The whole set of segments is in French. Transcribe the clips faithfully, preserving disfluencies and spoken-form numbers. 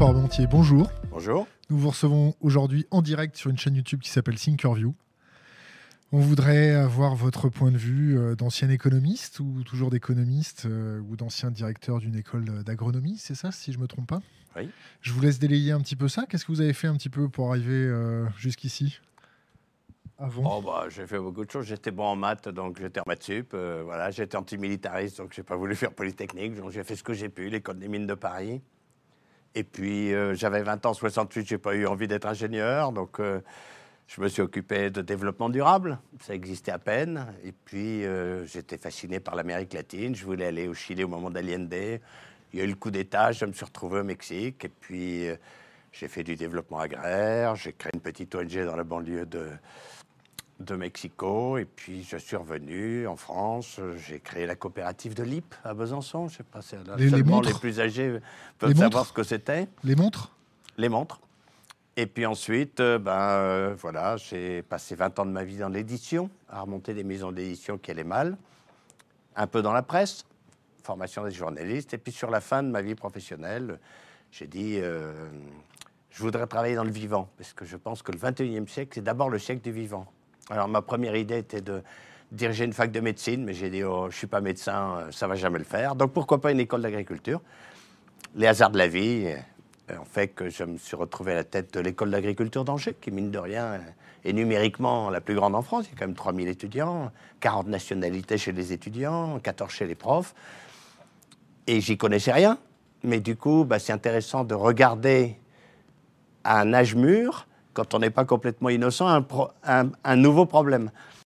Parmentier, bonjour. Bonjour. Nous vous recevons aujourd'hui en direct sur une chaîne YouTube qui s'appelle Thinkerview. On voudrait avoir votre point de vue euh, d'ancien économiste ou toujours d'économiste euh, ou d'ancien directeur d'une école d'agronomie, c'est ça, si je ne me trompe pas? Oui. Je vous laisse délayer un petit peu ça. Qu'est-ce que vous avez fait un petit peu pour arriver euh, jusqu'ici avant? Oh bah, j'ai fait beaucoup de choses. J'étais bon en maths, donc j'étais en maths sup. Euh, voilà, j'étais antimilitariste, donc j'ai pas voulu faire Polytechnique. Donc j'ai fait ce que j'ai pu, l'école des mines de Paris. Et puis euh, j'avais vingt ans, soixante-huit, j'ai pas eu envie d'être ingénieur, donc euh, je me suis occupé de développement durable. Ça existait à peine. Et puis euh, j'étais fasciné par l'Amérique latine. Je voulais aller au Chili au moment d'Allende. Il y a eu le coup d'État, je me suis retrouvé au Mexique. Et puis euh, j'ai fait du développement agraire. J'ai créé une petite O N G dans la banlieue de de Mexico, et puis je suis revenu en France. J'ai créé la coopérative de Lippe à Besançon. Je sais pas si les, seulement les, les plus âgés peuvent les savoir montres. ce que c'était. Les montres. Les montres. Et puis ensuite, euh, ben euh, voilà, j'ai passé vingt ans de ma vie dans l'édition, à remonter des maisons d'édition qui allaient mal, un peu dans la presse, formation des journalistes, et puis sur la fin de ma vie professionnelle, j'ai dit euh, je voudrais travailler dans le vivant, parce que je pense que le vingt et unième siècle, c'est d'abord le siècle du vivant. Alors, ma première idée était de diriger une fac de médecine, mais j'ai dit, oh, je ne suis pas médecin, ça ne va jamais le faire. Donc, pourquoi pas une école d'agriculture? Les hasards de la vie euh, ont fait que je me suis retrouvé à la tête de l'école d'agriculture d'Angers, qui, mine de rien, est numériquement la plus grande en France. Il y a quand même trois mille étudiants, quarante nationalités chez les étudiants, quatorze chez les profs. Et j'y connaissais rien. Mais du coup, bah, c'est intéressant de regarder à un âge mûr, quand on n'est pas complètement innocent, un, pro, un, un nouveau problème.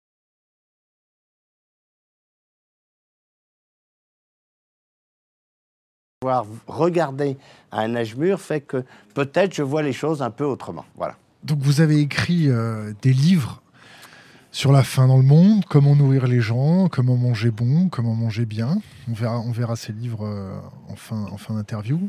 Voir regarder à un âge mûr fait que peut-être je vois les choses un peu autrement. Voilà. Donc vous avez écrit euh, des livres sur la faim dans le monde, comment nourrir les gens, comment manger bon, comment manger bien. On verra, on verra ces livres euh, en fin, en fin d'interview.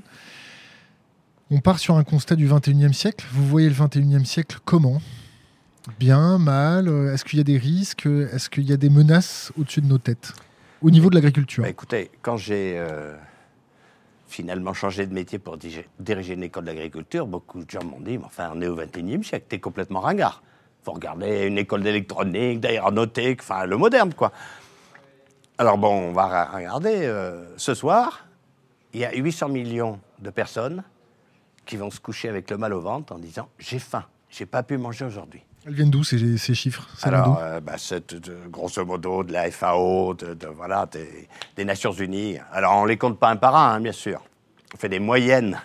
On part sur un constat du vingt et unième siècle. Vous voyez le vingt et unième siècle comment? Bien, mal? Est-ce qu'il y a des risques? Est-ce qu'il y a des menaces au-dessus de nos têtes au niveau de l'agriculture? Bah écoutez, quand j'ai euh, finalement changé de métier pour diriger une école d'agriculture, beaucoup de gens m'ont dit, mais enfin, on est au vingt et unième siècle, t'es complètement ringard. Il faut regarder une école d'électronique, d'aéronautique, enfin, le moderne, quoi. Alors bon, on va regarder. Euh, ce soir, il y a huit cents millions de personnes qui vont se coucher avec le mal au ventre en disant « j'ai faim, j'ai pas pu manger aujourd'hui ». Elles viennent d'où ces, ces chiffres? Alors, euh, bah, c'est de, grosso modo de la F A O, de, de, voilà, des, des Nations Unies. Alors, on les compte pas un par un, hein, bien sûr. On fait des moyennes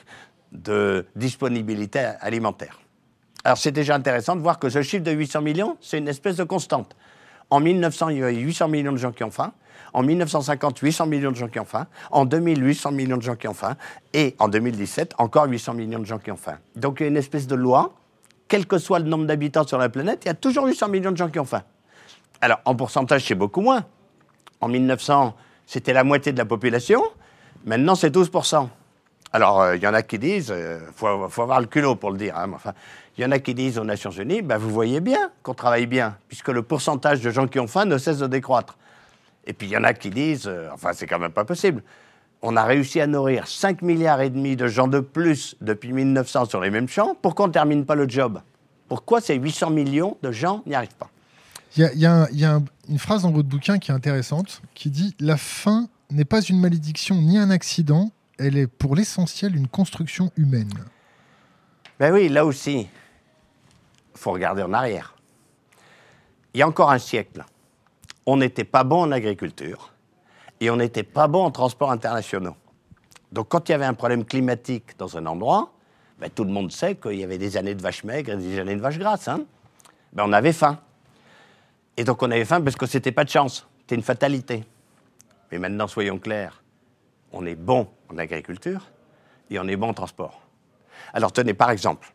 de disponibilité alimentaire. Alors, c'est déjà intéressant de voir que ce chiffre de huit cents millions, c'est une espèce de constante. En mille neuf cents, il y a huit cents millions de gens qui ont faim. En mille neuf cent cinquante, huit cents millions de gens qui ont faim. En deux mille, huit cents millions de gens qui ont faim. Et en deux mille dix-sept, encore huit cents millions de gens qui ont faim. Donc, il y a une espèce de loi. Quel que soit le nombre d'habitants sur la planète, il y a toujours huit cents millions de gens qui ont faim. Alors, en pourcentage, c'est beaucoup moins. En mille neuf cents, c'était la moitié de la population. Maintenant, c'est douze pour cent. Alors, il euh, y en a qui disent, il euh, faut, faut avoir le culot pour le dire, hein, mais enfin, il y en a qui disent aux Nations Unies, ben, vous voyez bien qu'on travaille bien, puisque le pourcentage de gens qui ont faim ne cesse de décroître. Et puis, il y en a qui disent, euh, enfin, c'est quand même pas possible. On a réussi à nourrir cinq milliards et demi de gens de plus depuis mille neuf cents sur les mêmes champs. Pourquoi on ne termine pas le job? Pourquoi ces huit cents millions de gens n'y arrivent pas? Il y a, y a, y a un, une phrase dans votre bouquin qui est intéressante, qui dit « La faim n'est pas une malédiction ni un accident, elle est pour l'essentiel une construction humaine. » Ben oui, là aussi, il faut regarder en arrière. Il y a encore un siècle, on n'était pas bon en agriculture et on n'était pas bon en transports internationaux. Donc quand il y avait un problème climatique dans un endroit, ben, tout le monde sait qu'il y avait des années de vaches maigres et des années de vaches grasses. Hein. Ben, on avait faim. Et donc on avait faim parce que c'était pas de chance, c'était une fatalité. Mais maintenant, soyons clairs, on est bon en agriculture et on est bon en transport. Alors tenez, par exemple,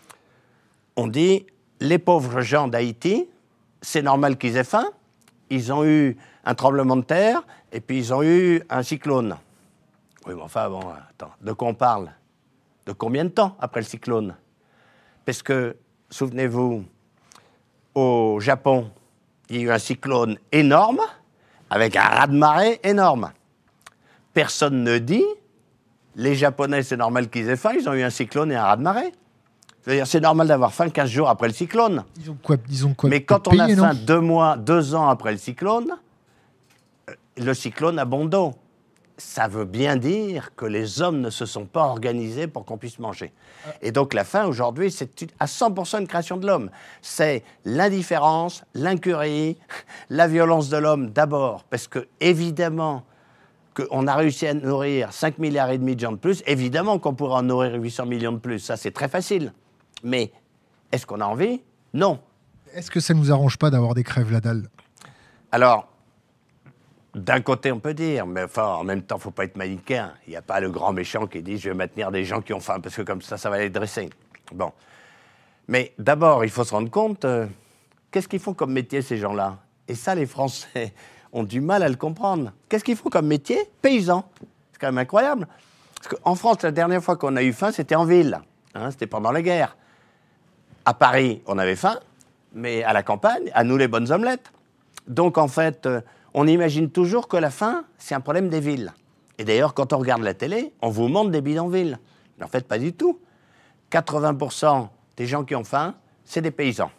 on dit, les pauvres gens d'Haïti, c'est normal qu'ils aient faim, ils ont eu un tremblement de terre et puis ils ont eu un cyclone. Oui, mais enfin, bon, attends, de quoi on parle? De combien de temps après le cyclone? Parce que, souvenez-vous, au Japon, il y a eu un cyclone énorme, avec un raz-de-marée énorme. Personne ne dit, Les Japonais, c'est normal qu'ils aient faim, ils ont eu un cyclone et un raz-de-marée. C'est-à-dire, c'est normal d'avoir faim quinze jours après le cyclone. Ils ont quoi, ils ont quoi Mais quand on pays, a non faim deux mois, deux ans après le cyclone, le cyclone a bon dos. Ça veut bien dire que les hommes ne se sont pas organisés pour qu'on puisse manger. Et donc la faim, aujourd'hui, c'est à cent pour cent une création de l'homme. C'est l'indifférence, l'incurie, la violence de l'homme d'abord, parce que, évidemment, qu'on a réussi à nourrir cinq milliards et demi de gens de plus, évidemment qu'on pourra en nourrir huit cents millions de plus. Ça, c'est très facile. Mais est-ce qu'on a envie? Non. Est-ce que ça ne nous arrange pas d'avoir des crèves la dalle? Alors, d'un côté, on peut dire, mais enfin, en même temps, il ne faut pas être manichéen. Il n'y a pas le grand méchant qui dit « je vais maintenir des gens qui ont faim, parce que comme ça, ça va les dresser ». Bon. Mais d'abord, il faut se rendre compte, euh, qu'est-ce qu'ils font comme métier, ces gens-là? Et ça, les Français ont du mal à le comprendre. Qu'est-ce qu'ils font comme métier? Paysans. C'est quand même incroyable. Parce qu'en France, la dernière fois qu'on a eu faim, c'était en ville. Hein, c'était pendant la guerre. À Paris, on avait faim, mais à la campagne, à nous les bonnes omelettes. Donc, en fait, euh, on imagine toujours que la faim, c'est un problème des villes. Et d'ailleurs, quand on regarde la télé, on vous montre des bidonvilles. Mais en fait, pas du tout. quatre-vingts pour cent des gens qui ont faim, c'est des paysans.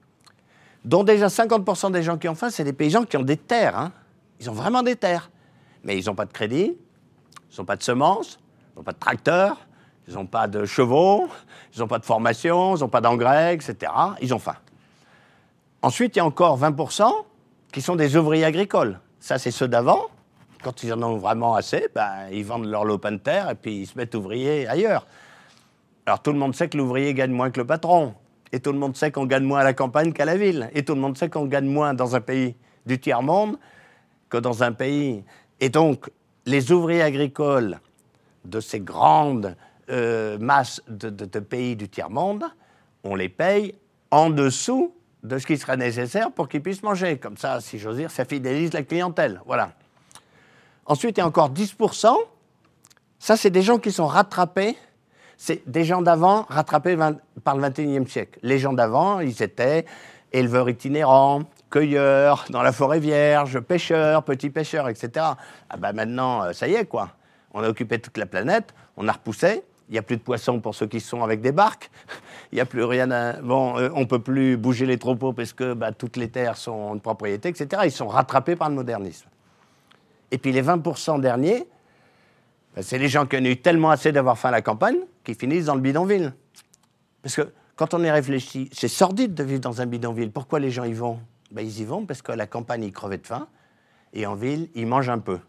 Dont déjà cinquante pour cent des gens qui ont faim, c'est des paysans qui ont des terres. Hein. Ils ont vraiment des terres. Mais ils n'ont pas de crédit, ils n'ont pas de semences, ils n'ont pas de tracteurs, ils n'ont pas de chevaux, ils n'ont pas de formation, ils n'ont pas d'engrais, et cetera. Ils ont faim. Ensuite, il y a encore vingt pour cent qui sont des ouvriers agricoles. Ça, c'est ceux d'avant. Quand ils en ont vraiment assez, ben, ils vendent leur lopin de terre et puis ils se mettent ouvriers ailleurs. Alors, tout le monde sait que l'ouvrier gagne moins que le patron. Et tout le monde sait qu'on gagne moins à la campagne qu'à la ville. Et tout le monde sait qu'on gagne moins dans un pays du tiers-monde que dans un pays... Et donc, les ouvriers agricoles de ces grandes euh, masses de, de, de pays du tiers-monde, on les paye en dessous de ce qui serait nécessaire pour qu'ils puissent manger. Comme ça, si j'ose dire, ça fidélise la clientèle. Voilà. Ensuite, il y a encore dix pour cent. Ça, c'est des gens qui sont rattrapés. C'est des gens d'avant rattrapés vingt, par le vingt et unième siècle. Les gens d'avant, ils étaient éleveurs itinérants, cueilleurs, dans la forêt vierge, pêcheurs, petits pêcheurs, et cetera. Ah ben maintenant, ça y est, quoi. On a occupé toute la planète, on a repoussé. Il n'y a plus de poissons pour ceux qui sont avec des barques. Il n'y a plus rien à... Bon, euh, on ne peut plus bouger les troupeaux parce que bah, toutes les terres sont de propriété, et cetera. Ils sont rattrapés par le modernisme. Et puis les vingt pour cent derniers, bah, c'est les gens qui ont eu tellement assez d'avoir faim à la campagne qui finissent dans le bidonville. Parce que quand on y réfléchit, c'est sordide de vivre dans un bidonville. Pourquoi les gens y vont? Bah, ils y vont parce qu'à la campagne, ils crevaient de faim. Et en ville, ils mangent un peu.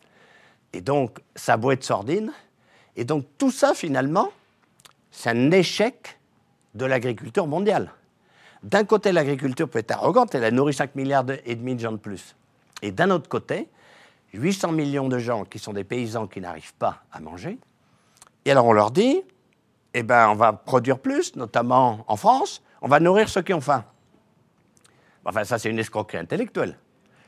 Et donc, ça a beau être sordide. Et donc, tout ça, finalement, c'est un échec de l'agriculture mondiale. D'un côté, l'agriculture peut être arrogante, elle a nourri cinq milliards et demi de gens de plus. Et d'un autre côté, huit cents millions de gens qui sont des paysans qui n'arrivent pas à manger. Et alors, on leur dit, eh ben, on va produire plus, notamment en France, on va nourrir ceux qui ont faim. Enfin, ça, c'est une escroquerie intellectuelle.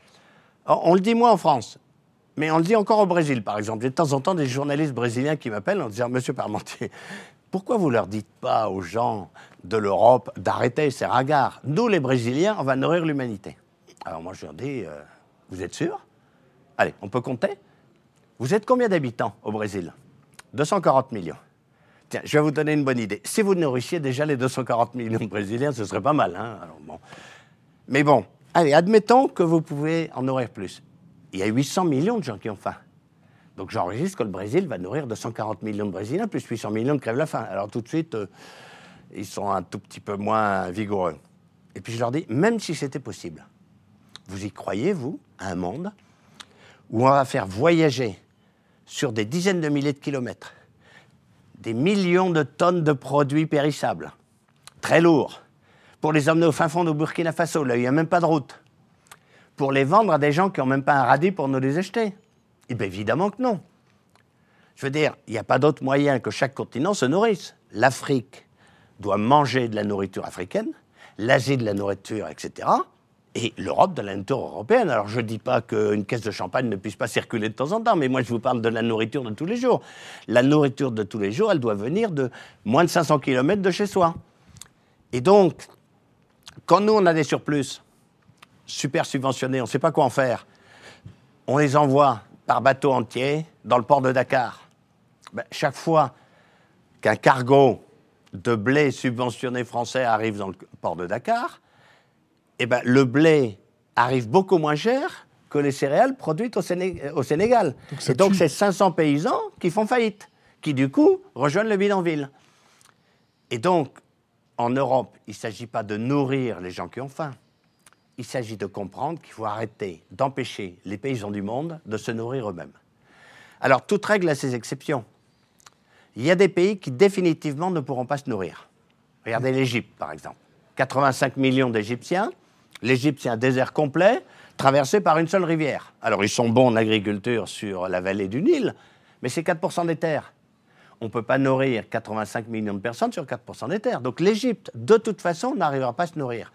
On le dit moins en France. Mais on le dit encore au Brésil, par exemple. J'ai de temps en temps des journalistes brésiliens qui m'appellent en disant « Monsieur Parmentier, pourquoi vous ne leur dites pas aux gens de l'Europe d'arrêter ces ragards? Nous, les Brésiliens, on va nourrir l'humanité. » Alors moi, je leur dis euh, « Vous êtes sûr? Allez, on peut compter? Vous êtes combien d'habitants au Brésil? deux cent quarante millions. Tiens, je vais vous donner une bonne idée. Si vous nourrissiez déjà les deux cent quarante millions de Brésiliens, ce serait pas mal. Hein. Alors, bon. Mais bon, allez, admettons que vous pouvez en nourrir plus. Il y a huit cents millions de gens qui ont faim. Donc j'enregistre que le Brésil va nourrir deux cent quarante millions de Brésiliens, plus huit cents millions de crèvent la faim. Alors tout de suite, euh, ils sont un tout petit peu moins vigoureux. Et puis je leur dis, même si c'était possible, vous y croyez, vous, à un monde où on va faire voyager sur des dizaines de milliers de kilomètres des millions de tonnes de produits périssables, très lourds, pour les emmener au fin fond du Burkina Faso, là où il n'y a même pas de route, pour les vendre à des gens qui n'ont même pas un radis pour nous les acheter? Eh bien, évidemment que non. Je veux dire, il n'y a pas d'autre moyen que chaque continent se nourrisse. L'Afrique doit manger de la nourriture africaine, l'Asie de la nourriture, et cetera, et l'Europe de la nourriture européenne. Alors, je ne dis pas qu'une caisse de champagne ne puisse pas circuler de temps en temps, mais moi, je vous parle de la nourriture de tous les jours. La nourriture de tous les jours, elle doit venir de moins de cinq cents kilomètres de chez soi. Et donc, quand nous, on a des surplus super subventionnés, on ne sait pas quoi en faire, on les envoie par bateau entier dans le port de Dakar. ben, chaque fois qu'un cargo de blé subventionné français arrive dans le port de Dakar, eh ben, le blé arrive beaucoup moins cher que les céréales produites au, Séné- au Sénégal. Donc, et donc, c'est cinq cents paysans qui font faillite, qui, du coup, rejoignent le bidonville. Et donc, en Europe, il ne s'agit pas de nourrir les gens qui ont faim. Il s'agit de comprendre qu'il faut arrêter d'empêcher les paysans du monde de se nourrir eux-mêmes. Alors, toute règle a ses exceptions. Il y a des pays qui, définitivement, ne pourront pas se nourrir. Regardez l'Égypte, par exemple. quatre-vingt-cinq millions d'Égyptiens. L'Égypte, c'est un désert complet, traversé par une seule rivière. Alors, ils sont bons en agriculture sur la vallée du Nil, mais c'est quatre pour cent des terres. On ne peut pas nourrir quatre-vingt-cinq millions de personnes sur quatre pour cent des terres. Donc, l'Égypte, de toute façon, n'arrivera pas à se nourrir.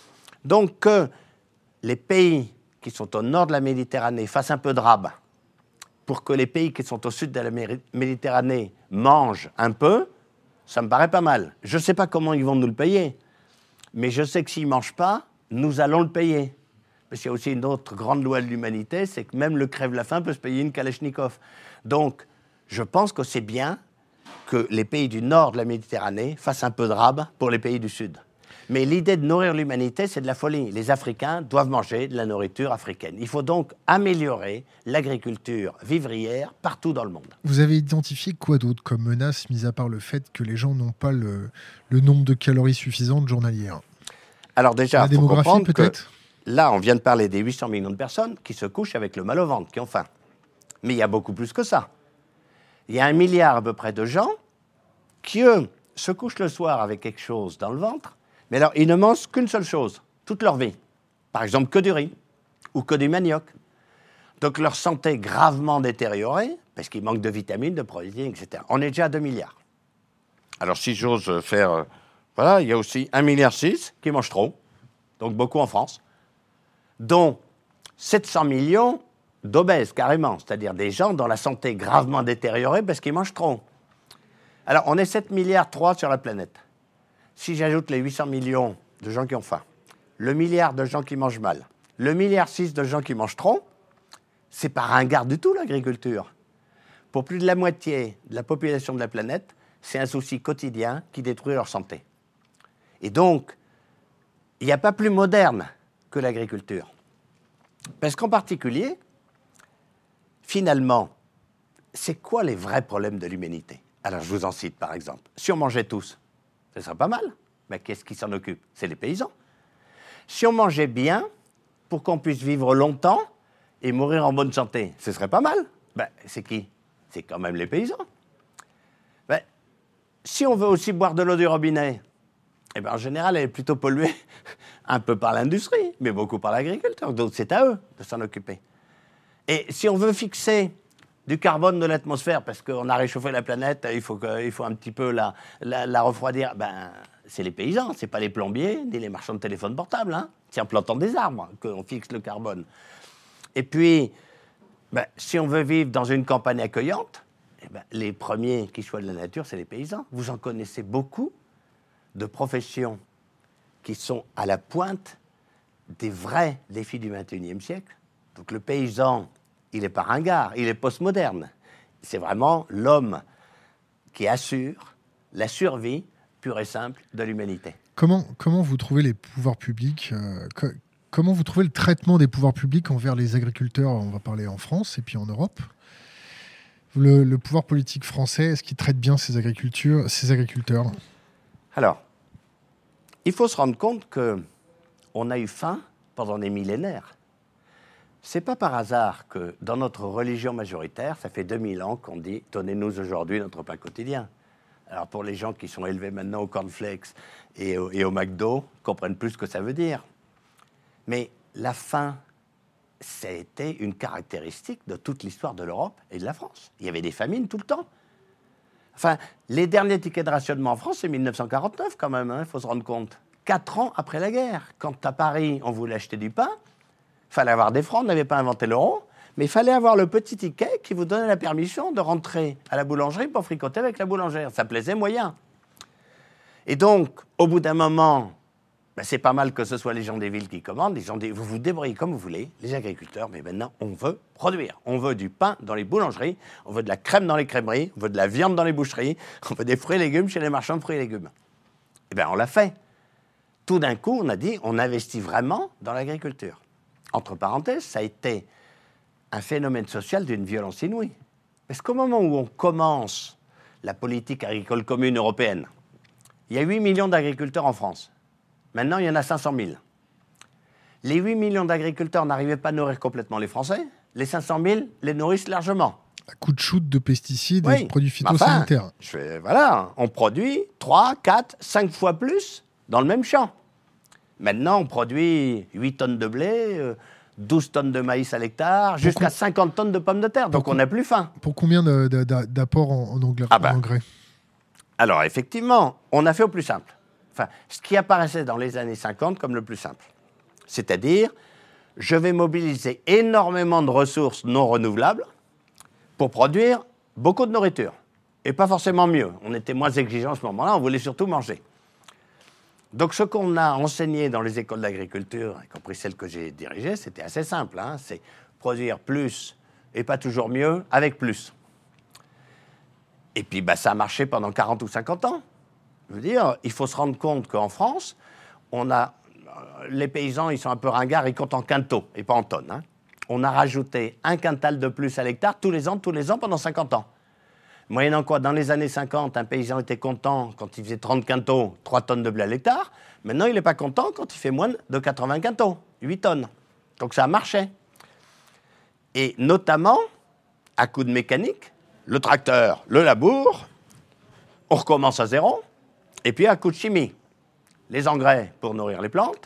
Donc, que les pays qui sont au nord de la Méditerranée fassent un peu de rab pour que les pays qui sont au sud de la Méditerranée mangent un peu, ça me paraît pas mal. Je ne sais pas comment ils vont nous le payer, mais je sais que s'ils ne mangent pas, nous allons le payer. Parce qu'il y a aussi une autre grande loi de l'humanité, c'est que même le crève-la-faim peut se payer une Kalachnikov. Donc, je pense que c'est bien que les pays du nord de la Méditerranée fassent un peu de rab pour les pays du sud. Mais l'idée de nourrir l'humanité, c'est de la folie. Les Africains doivent manger de la nourriture africaine. Il faut donc améliorer l'agriculture vivrière partout dans le monde. Vous avez identifié quoi d'autre comme menace, mis à part le fait que les gens n'ont pas le, le nombre de calories suffisantes journalières? Alors déjà, il faut comprendre peut-être que là, on vient de parler des huit cents millions de personnes qui se couchent avec le mal au ventre, qui ont faim. Mais il y a beaucoup plus que ça. Il y a un milliard à peu près de gens qui, eux, se couchent le soir avec quelque chose dans le ventre. Mais alors, ils ne mangent qu'une seule chose, toute leur vie. Par exemple, que du riz ou que du manioc. Donc, leur santé est gravement détériorée, parce qu'il manque de vitamines, de protéines, et cetera. On est déjà à deux milliards. Alors, si j'ose faire... Euh, voilà, il y a aussi un virgule six milliard qui mangent trop, donc beaucoup en France, dont sept cents millions d'obèses, carrément, c'est-à-dire des gens dont la santé est gravement détériorée parce qu'ils mangent trop. Alors, on est sept milliards trois sur la planète. Si j'ajoute les huit cents millions de gens qui ont faim, le milliard de gens qui mangent mal, le milliard six de gens qui mangent trop, c'est pas ringard du tout l'agriculture. Pour plus de la moitié de la population de la planète, c'est un souci quotidien qui détruit leur santé. Et donc, il n'y a pas plus moderne que l'agriculture. Parce qu'en particulier, finalement, c'est quoi les vrais problèmes de l'humanité? Alors, je vous en cite par exemple. Si on mangeait tous, ce serait pas mal. Mais qu'est-ce qui s'en occupe? C'est les paysans. Si on mangeait bien, pour qu'on puisse vivre longtemps et mourir en bonne santé, ce serait pas mal. Ben, c'est qui? C'est quand même les paysans. Ben, si on veut aussi boire de l'eau du robinet, eh ben, en général, elle est plutôt polluée un peu par l'industrie, mais beaucoup par l'agriculture. Donc, c'est à eux de s'en occuper. Et si on veut fixer du carbone de l'atmosphère, parce qu'on a réchauffé la planète, il faut, que, il faut un petit peu la, la, la refroidir, ben, c'est les paysans, c'est pas les plombiers, ni les marchands de téléphone portable. Hein. C'est en plantant des arbres qu'on fixe le carbone. Et puis, ben, si on veut vivre dans une campagne accueillante, eh ben, les premiers qui choisissent la nature, c'est les paysans. Vous en connaissez beaucoup de professions qui sont à la pointe des vrais défis du vingt et unième siècle. Donc le paysan, il n'est pas ringard, il est postmoderne. C'est vraiment l'homme qui assure la survie pure et simple de l'humanité. Comment, comment vous trouvez les pouvoirs publics euh, co- Comment vous trouvez le traitement des pouvoirs publics envers les agriculteurs? On va parler en France et puis en Europe. Le, le pouvoir politique français, est-ce qu'il traite bien ses, agricultures, ses agriculteurs? Alors, il faut se rendre compte qu'on a eu faim pendant des millénaires. C'est pas par hasard que dans notre religion majoritaire, ça fait deux mille ans qu'on dit « donnez-nous aujourd'hui notre pain quotidien ». Alors pour les gens qui sont élevés maintenant au cornflakes et au, et au McDo, comprennent plus ce que ça veut dire. Mais la faim, c'était une caractéristique de toute l'histoire de l'Europe et de la France. Il y avait des famines tout le temps. Enfin, les derniers tickets de rationnement en France, c'est mille neuf cent quarante-neuf quand même, il hein, faut se rendre compte. Quatre ans après la guerre, quand à Paris, on voulait acheter du pain, il fallait avoir des francs, on n'avait pas inventé l'euro, mais il fallait avoir le petit ticket qui vous donnait la permission de rentrer à la boulangerie pour fricoter avec la boulangère. Ça plaisait moyen. Et donc, au bout d'un moment, ben, c'est pas mal que ce soit les gens des villes qui commandent. Les gens des... Vous vous débrouillez comme vous voulez, les agriculteurs, mais maintenant, on veut produire. On veut du pain dans les boulangeries, on veut de la crème dans les crèmeries, on veut de la viande dans les boucheries, on veut des fruits et légumes chez les marchands de fruits et légumes. Eh bien, on l'a fait. Tout d'un coup, on a dit, on investit vraiment dans l'agriculture. Entre parenthèses, ça a été un phénomène social d'une violence inouïe. Parce qu'au moment où on commence la politique agricole commune européenne, il y a huit millions d'agriculteurs en France. Maintenant, il y en a cinq cent mille. Les huit millions d'agriculteurs n'arrivaient pas à nourrir complètement les Français. Les cinq cent mille les nourrissent largement. À coup de shoot de pesticides oui. et de produits phytosanitaires. Enfin, je fais, voilà, on produit trois, quatre, cinq fois plus dans le même champ. Maintenant, on produit huit tonnes de blé, euh, douze tonnes de maïs à l'hectare, jusqu'à cinquante tonnes de pommes de terre. Donc, on n'a plus faim. Pour combien d'apports en, en, engrais, ah ben, en engrais Alors, effectivement, on a fait au plus simple. Enfin, ce qui apparaissait dans les années cinquante comme le plus simple. C'est-à-dire, je vais mobiliser énormément de ressources non renouvelables pour produire beaucoup de nourriture. Et pas forcément mieux. On était moins exigeants à ce moment-là, on voulait surtout manger. Donc, ce qu'on a enseigné dans les écoles d'agriculture, y compris celles que j'ai dirigées, c'était assez simple. Hein, c'est produire plus et pas toujours mieux avec plus. Et puis, bah, ça a marché pendant quarante ou cinquante ans. Je veux dire, il faut se rendre compte qu'en France, on a, les paysans, ils sont un peu ringards, ils comptent en quintaux et pas en tonnes. Hein. On a rajouté un quintal de plus à l'hectare tous les ans, tous les ans pendant cinquante ans. Moyennant quoi, dans les années cinquante, un paysan était content quand il faisait trente quintaux, trois tonnes de blé à l'hectare. Maintenant, il n'est pas content quand il fait moins de quatre-vingts quintaux, huit tonnes. Donc ça a marché. Et notamment, à coup de mécanique, le tracteur, le labour, on recommence à zéro. Et puis, à coup de chimie, les engrais pour nourrir les plantes,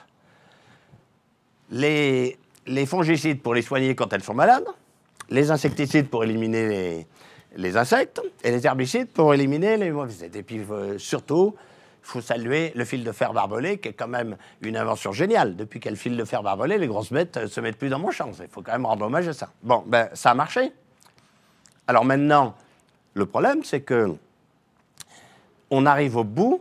les, les fongicides pour les soigner quand elles sont malades, les insecticides pour éliminer les, les insectes, et les herbicides pour éliminer les mauvaises bêtes. Et puis, euh, surtout, il faut saluer le fil de fer barbelé, qui est quand même une invention géniale. Depuis qu'il y a le fil de fer barbelé, les grosses bêtes ne se mettent plus dans mon champ. Il faut quand même rendre hommage à ça. Bon, ben, ça a marché. Alors maintenant, le problème, c'est que on arrive au bout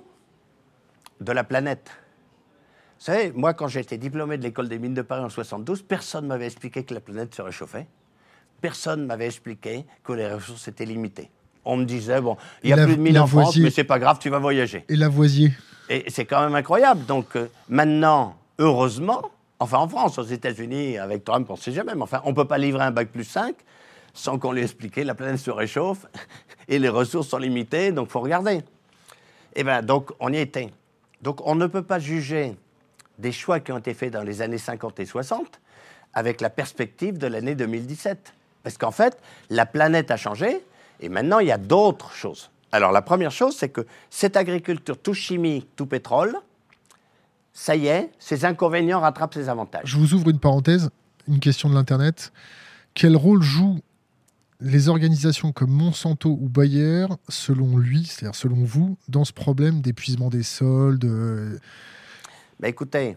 de la planète. Vous savez, moi, quand j'ai été diplômé de l'école des mines de Paris en soixante-douze, personne ne m'avait expliqué que la planète se réchauffait. Personne ne m'avait expliqué que les ressources étaient limitées. On me disait, bon, il y a plus de mines en France, mais c'est pas grave, tu vas voyager. Et Lavoisier. Et c'est quand même incroyable. Donc euh, maintenant, heureusement, enfin en France, aux États-Unis, avec Trump, on ne sait jamais, mais enfin, on ne peut pas livrer un bac plus cinq sans qu'on lui explique, la planète se réchauffe et les ressources sont limitées, donc il faut regarder. Eh bien, donc, on y était. Donc, on ne peut pas juger des choix qui ont été faits dans les années cinquante et soixante avec la perspective de l'année deux mille dix-sept. Parce qu'en fait, la planète a changé et maintenant, il y a d'autres choses. Alors, la première chose, c'est que cette agriculture tout chimique, tout pétrole, ça y est, ses inconvénients rattrapent ses avantages. Je vous ouvre une parenthèse, une question de l'Internet. Quel rôle jouent les organisations comme Monsanto ou Bayer, selon lui, c'est-à-dire selon vous, dans ce problème d'épuisement des sols de... Ben écoutez,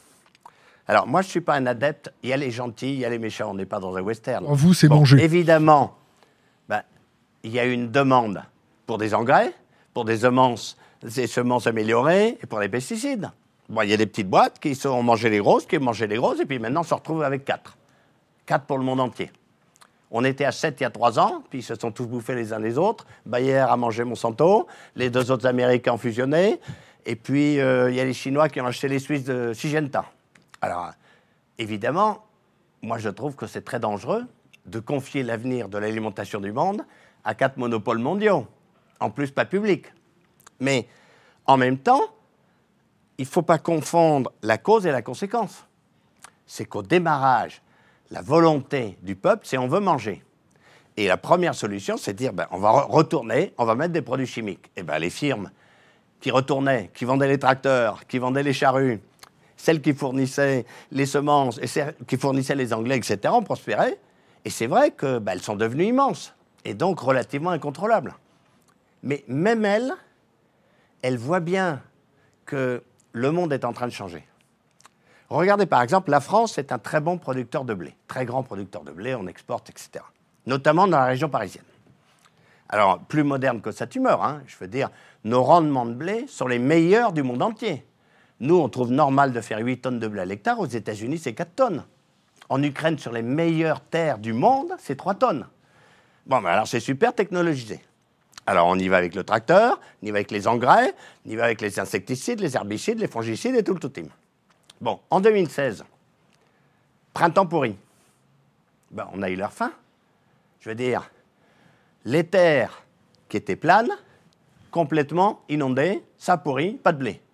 alors moi je ne suis pas un adepte, il y a les gentils, il y a les méchants, on n'est pas dans un western. Alors vous, c'est bon, manger. Évidemment, ben, il y a une demande pour des engrais, pour des semences, des semences améliorées et pour les pesticides. Bon, il y a des petites boîtes qui ont mangé les grosses, qui ont mangé les grosses, et puis maintenant on se retrouve avec quatre. Quatre pour le monde entier. On était à sept il y a trois ans, puis ils se sont tous bouffés les uns les autres. Bayer a mangé Monsanto, les deux autres Américains ont fusionné, et puis il euh, y a les Chinois qui ont acheté les Suisses de Syngenta. Alors, évidemment, moi je trouve que c'est très dangereux de confier l'avenir de l'alimentation du monde à quatre monopoles mondiaux, en plus pas publics. Mais en même temps, il ne faut pas confondre la cause et la conséquence. C'est qu'au démarrage, la volonté du peuple, c'est on veut manger. Et la première solution, c'est de dire, ben, on va re- retourner, on va mettre des produits chimiques. Et ben, les firmes qui retournaient, qui vendaient les tracteurs, qui vendaient les charrues, celles qui fournissaient les semences, et celles qui fournissaient les engrais, et cetera, ont prospéré. Et c'est vrai qu'elles ben, sont devenues immenses, et donc relativement incontrôlables. Mais même elles, elles voient bien que le monde est en train de changer. Regardez par exemple, la France est un très bon producteur de blé, très grand producteur de blé, on exporte, et cetera. Notamment dans la région parisienne. Alors, plus moderne que sa tumeur, hein, je veux dire, nos rendements de blé sont les meilleurs du monde entier. Nous, on trouve normal de faire huit tonnes de blé à l'hectare. Aux États-Unis, c'est quatre tonnes. En Ukraine, sur les meilleures terres du monde, c'est trois tonnes. Bon, ben alors c'est super technologisé. Alors on y va avec le tracteur, on y va avec les engrais, on y va avec les insecticides, les herbicides, les fongicides et tout le tout-team. Bon, en deux mille seize, printemps pourri. Ben, on a eu leur faim. Je veux dire, les terres qui étaient planes, complètement inondées, ça pourrit, pas de blé.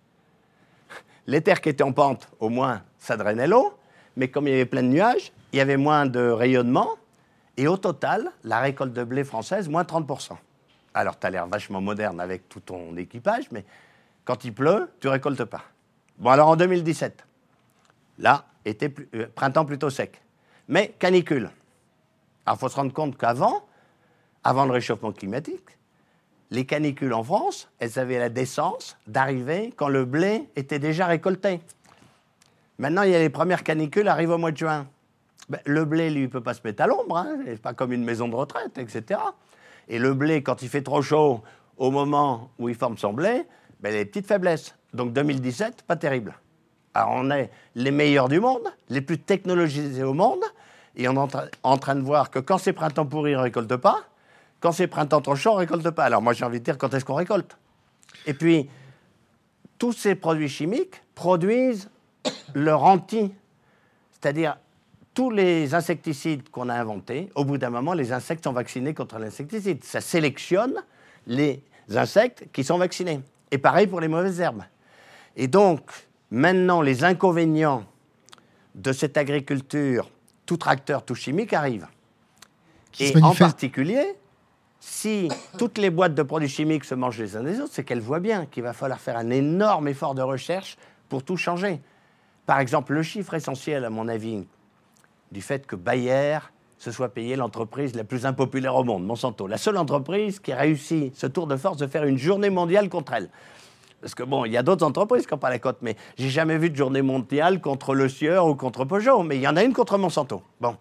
Les terres qui étaient en pente, au moins, ça drainait l'eau, mais comme il y avait plein de nuages, il y avait moins de rayonnement, et au total, la récolte de blé française, moins trente pour cent. Alors, tu as l'air vachement moderne avec tout ton équipage, mais quand il pleut, tu ne récoltes pas. Bon, alors en deux mille dix-sept, là, était plus, euh, printemps plutôt sec, mais canicule. Alors, il faut se rendre compte qu'avant, avant le réchauffement climatique, les canicules en France, elles avaient la décence d'arriver quand le blé était déjà récolté. Maintenant, il y a les premières canicules, arrivent au mois de juin. Ben, le blé, lui, ne peut pas se mettre à l'ombre, hein, c'est pas comme une maison de retraite, et cetera. Et le blé, quand il fait trop chaud, au moment où il forme son blé, ben, il a des petites faiblesses. Donc deux mille dix-sept, pas terrible. Alors on est les meilleurs du monde, les plus technologisés au monde, et on est en, tra- en train de voir que quand c'est printemps pourri, on ne récolte pas, quand c'est printemps trop chaud, on ne récolte pas. Alors moi, j'ai envie de dire, quand est-ce qu'on récolte? Et puis, tous ces produits chimiques produisent leur anti, c'est-à-dire tous les insecticides qu'on a inventés, au bout d'un moment, les insectes sont vaccinés contre l'insecticide. Ça sélectionne les insectes qui sont vaccinés. Et pareil pour les mauvaises herbes. Et donc, maintenant, les inconvénients de cette agriculture, tout tracteur, tout chimique, arrivent. Qui Et se en manifeste. particulier, si toutes les boîtes de produits chimiques se mangent les uns des autres, c'est qu'elles voient bien qu'il va falloir faire un énorme effort de recherche pour tout changer. Par exemple, le chiffre essentiel, à mon avis, du fait que Bayer se soit payé l'entreprise la plus impopulaire au monde, Monsanto. La seule entreprise qui a réussi ce tour de force de faire une journée mondiale contre elle. Parce que bon, il y a d'autres entreprises qui n'ont pas la cote, mais j'ai jamais vu de journée mondiale contre Le Sieur ou contre Peugeot, mais il y en a une contre Monsanto. Bon.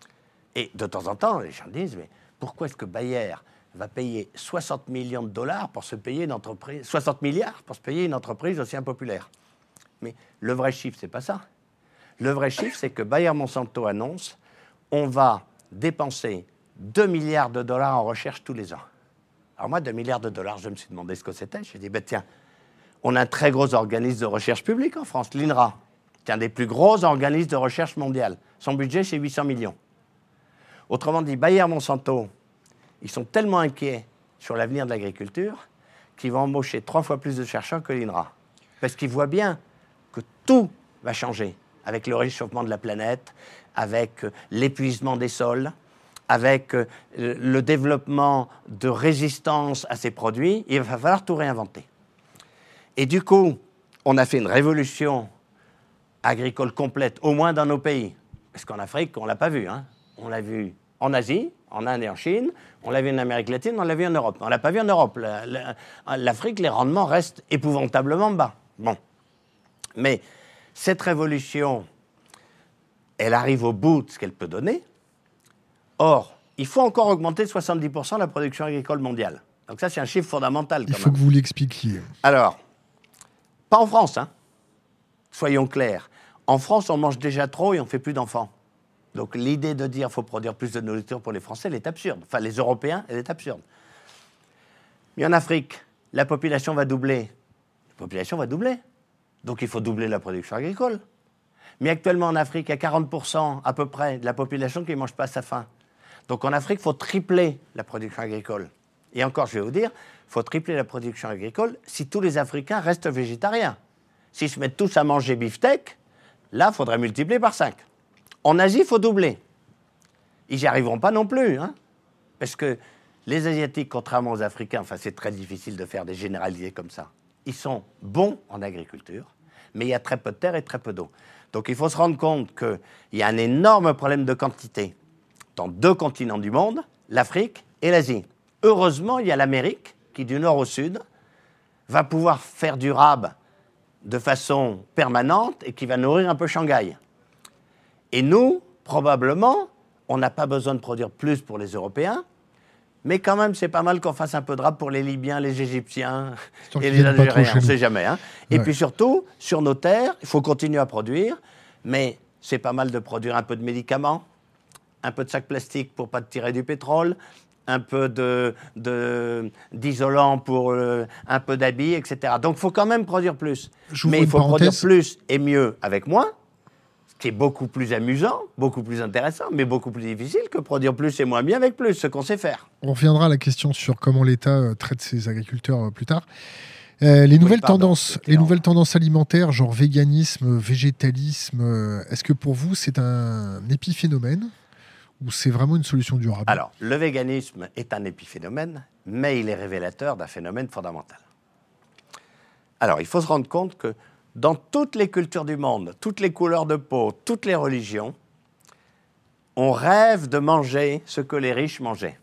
Et de temps en temps, les gens disent, mais pourquoi est-ce que Bayer va payer soixante millions de dollars pour se payer une entreprise, soixante milliards pour se payer une entreprise aussi impopulaire? Mais le vrai chiffre, c'est pas ça. Le vrai chiffre, c'est que Bayer Monsanto annonce on va dépenser deux milliards de dollars en recherche tous les ans. Alors moi, deux milliards de dollars, je me suis demandé ce que c'était. Je me suis dit, ben tiens, on a un très gros organisme de recherche publique en France, l'INRA. C'est un des plus gros organismes de recherche mondial. Son budget, c'est huit cents millions. Autrement dit, Bayer Monsanto, ils sont tellement inquiets sur l'avenir de l'agriculture qu'ils vont embaucher trois fois plus de chercheurs que l'INRA. Parce qu'ils voient bien que tout va changer avec le réchauffement de la planète, avec l'épuisement des sols, avec le développement de résistance à ces produits. Il va falloir tout réinventer. Et du coup, on a fait une révolution agricole complète, au moins dans nos pays. Parce qu'en Afrique, on ne l'a pas vu. Hein. On l'a vu en Asie, en Inde et en Chine. On l'a vu en Amérique latine, on l'a vu en Europe. On ne l'a pas vu en Europe. La, la, L'Afrique, les rendements restent épouvantablement bas. Bon. Mais cette révolution, elle arrive au bout de ce qu'elle peut donner. Or, il faut encore augmenter de soixante-dix pour cent la production agricole mondiale. Donc ça, c'est un chiffre fondamental. Il quand faut même. que vous l'expliquiez. Alors, pas en France, hein. Soyons clairs. En France, on mange déjà trop et on ne fait plus d'enfants. Donc l'idée de dire qu'il faut produire plus de nourriture pour les Français, elle est absurde. Enfin, les Européens, elle est absurde. Mais en Afrique, la population va doubler. La population va doubler. Donc il faut doubler la production agricole. Mais actuellement, en Afrique, il y a quarante pour cent à peu près de la population qui ne mange pas à sa faim. Donc en Afrique, il faut tripler la production agricole. Et encore, je vais vous dire, il faut tripler la production agricole si tous les Africains restent végétariens. S'ils se mettent tous à manger beefsteak, là, il faudrait multiplier par cinq. En Asie, il faut doubler. Ils n'y arriveront pas non plus, hein, parce que les Asiatiques, contrairement aux Africains, enfin, c'est très difficile de faire des généralités comme ça, ils sont bons en agriculture, mais il y a très peu de terre et très peu d'eau. Donc il faut se rendre compte qu'il y a un énorme problème de quantité dans deux continents du monde, l'Afrique et l'Asie. Heureusement, il y a l'Amérique qui, du nord au sud, va pouvoir faire du rab de façon permanente et qui va nourrir un peu Shanghai. Et nous, probablement, on n'a pas besoin de produire plus pour les Européens, Mais quand même, c'est pas mal qu'on fasse un peu de rap pour les Libyens, les Égyptiens Tant et qu'ils les viennent pas trop Algériens, chez on ne nous. sait jamais. Hein. Et Ouais. puis surtout, sur nos terres, il faut continuer à produire, mais c'est pas mal de produire un peu de médicaments, un peu de sacs plastiques pour pas tirer du pétrole, un peu de, de, d'isolant pour euh, un peu d'habits, et cetera. Donc il faut quand même produire plus. J'ouvre Mais il une faut produire parenthèse. plus et mieux avec moins, ce qui est beaucoup plus amusant, beaucoup plus intéressant, mais beaucoup plus difficile que produire plus et moins bien avec plus, ce qu'on sait faire. On reviendra à la question sur comment l'État euh, traite ses agriculteurs euh, plus tard. Euh, les, nouvelles pardon, tendances, c'était les en- nouvelles tendances alimentaires, genre véganisme, végétalisme, euh, est-ce que pour vous c'est un épiphénomène ou c'est vraiment une solution durable? Alors, le véganisme est un épiphénomène, mais il est révélateur d'un phénomène fondamental. Alors, il faut se rendre compte que dans toutes les cultures du monde, toutes les couleurs de peau, toutes les religions, on rêve de manger ce que les riches mangeaient.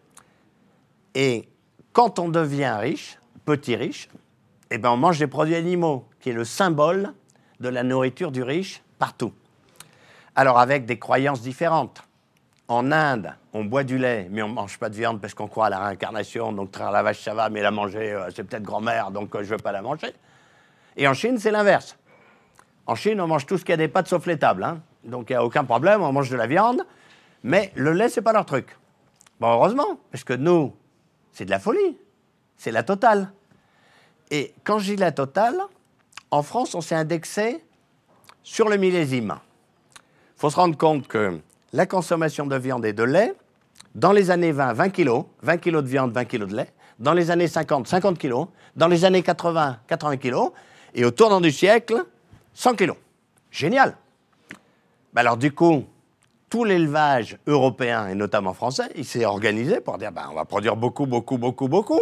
Et quand on devient riche, petit riche, eh ben on mange des produits animaux, qui est le symbole de la nourriture du riche partout. Alors, avec des croyances différentes. En Inde, on boit du lait, mais on ne mange pas de viande parce qu'on croit à la réincarnation. Donc, traire la vache, ça va, mais la manger, euh, c'est peut-être grand-mère, donc euh, je ne veux pas la manger. Et en Chine, c'est l'inverse. En Chine, on mange tout ce qui a des pattes sauf les tables. Hein. Donc, il n'y a aucun problème, on mange de la viande. Mais le lait, ce n'est pas leur truc. Bon, heureusement, parce que nous, c'est de la folie. C'est la totale. Et quand je dis la totale, en France, on s'est indexé sur le millésime. Il faut se rendre compte que la consommation de viande et de lait, dans les années vingt, vingt kilos, vingt kilos de viande, vingt kilos de lait, dans les années cinquante, cinquante kilos, dans les années quatre-vingts, quatre-vingts kilos, et au tournant du siècle, cent kilos. Génial. Ben alors du coup, tout l'élevage européen, et notamment français, il s'est organisé pour dire ben, on va produire beaucoup, beaucoup, beaucoup, beaucoup.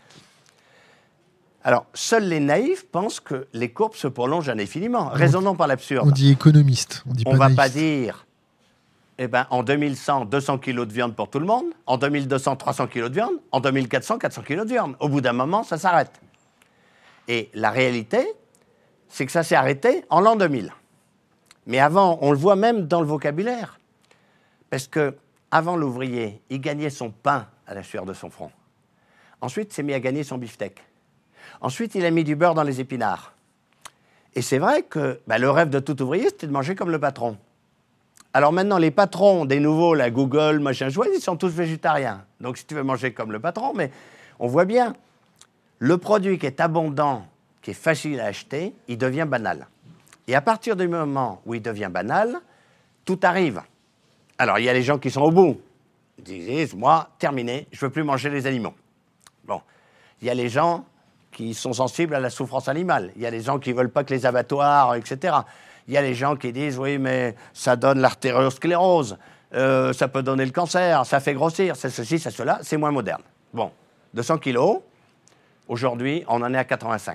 Alors, seuls les naïfs pensent que les courbes se prolongent indéfiniment. Raisonnons par l'absurde. On dit économiste, on dit On pas ne va naïf. pas dire, eh ben, en deux mille cent, deux cents kilos de viande pour tout le monde, en deux mille deux cents, trois cents kilos de viande, en deux mille quatre cents, quatre cents kilos de viande. Au bout d'un moment, ça s'arrête. Et la réalité, c'est que ça s'est arrêté en l'an deux mille. Mais avant, on le voit même dans le vocabulaire. Parce que avant l'ouvrier, il gagnait son pain à la sueur de son front. Ensuite, il s'est mis à gagner son beefsteak. Ensuite, il a mis du beurre dans les épinards. Et c'est vrai que bah, le rêve de tout ouvrier, c'était de manger comme le patron. Alors maintenant, les patrons des nouveaux, la Google, machin chouette, ils sont tous végétariens. Donc si tu veux manger comme le patron, mais on voit bien, le produit qui est abondant, qui est facile à acheter, il devient banal. Et à partir du moment où il devient banal, tout arrive. Alors il y a les gens qui sont au bout. Ils disent, moi, terminé, je ne veux plus manger les animaux. Bon, il y a les gens qui sont sensibles à la souffrance animale. Il y a les gens qui ne veulent pas que les abattoirs, et cetera. Il y a les gens qui disent, oui, mais ça donne l'artériosclérose, euh, ça peut donner le cancer, ça fait grossir, c'est ceci, c'est cela, c'est moins moderne. Bon, deux cents kilos, aujourd'hui, on en est à quatre-vingt-cinq.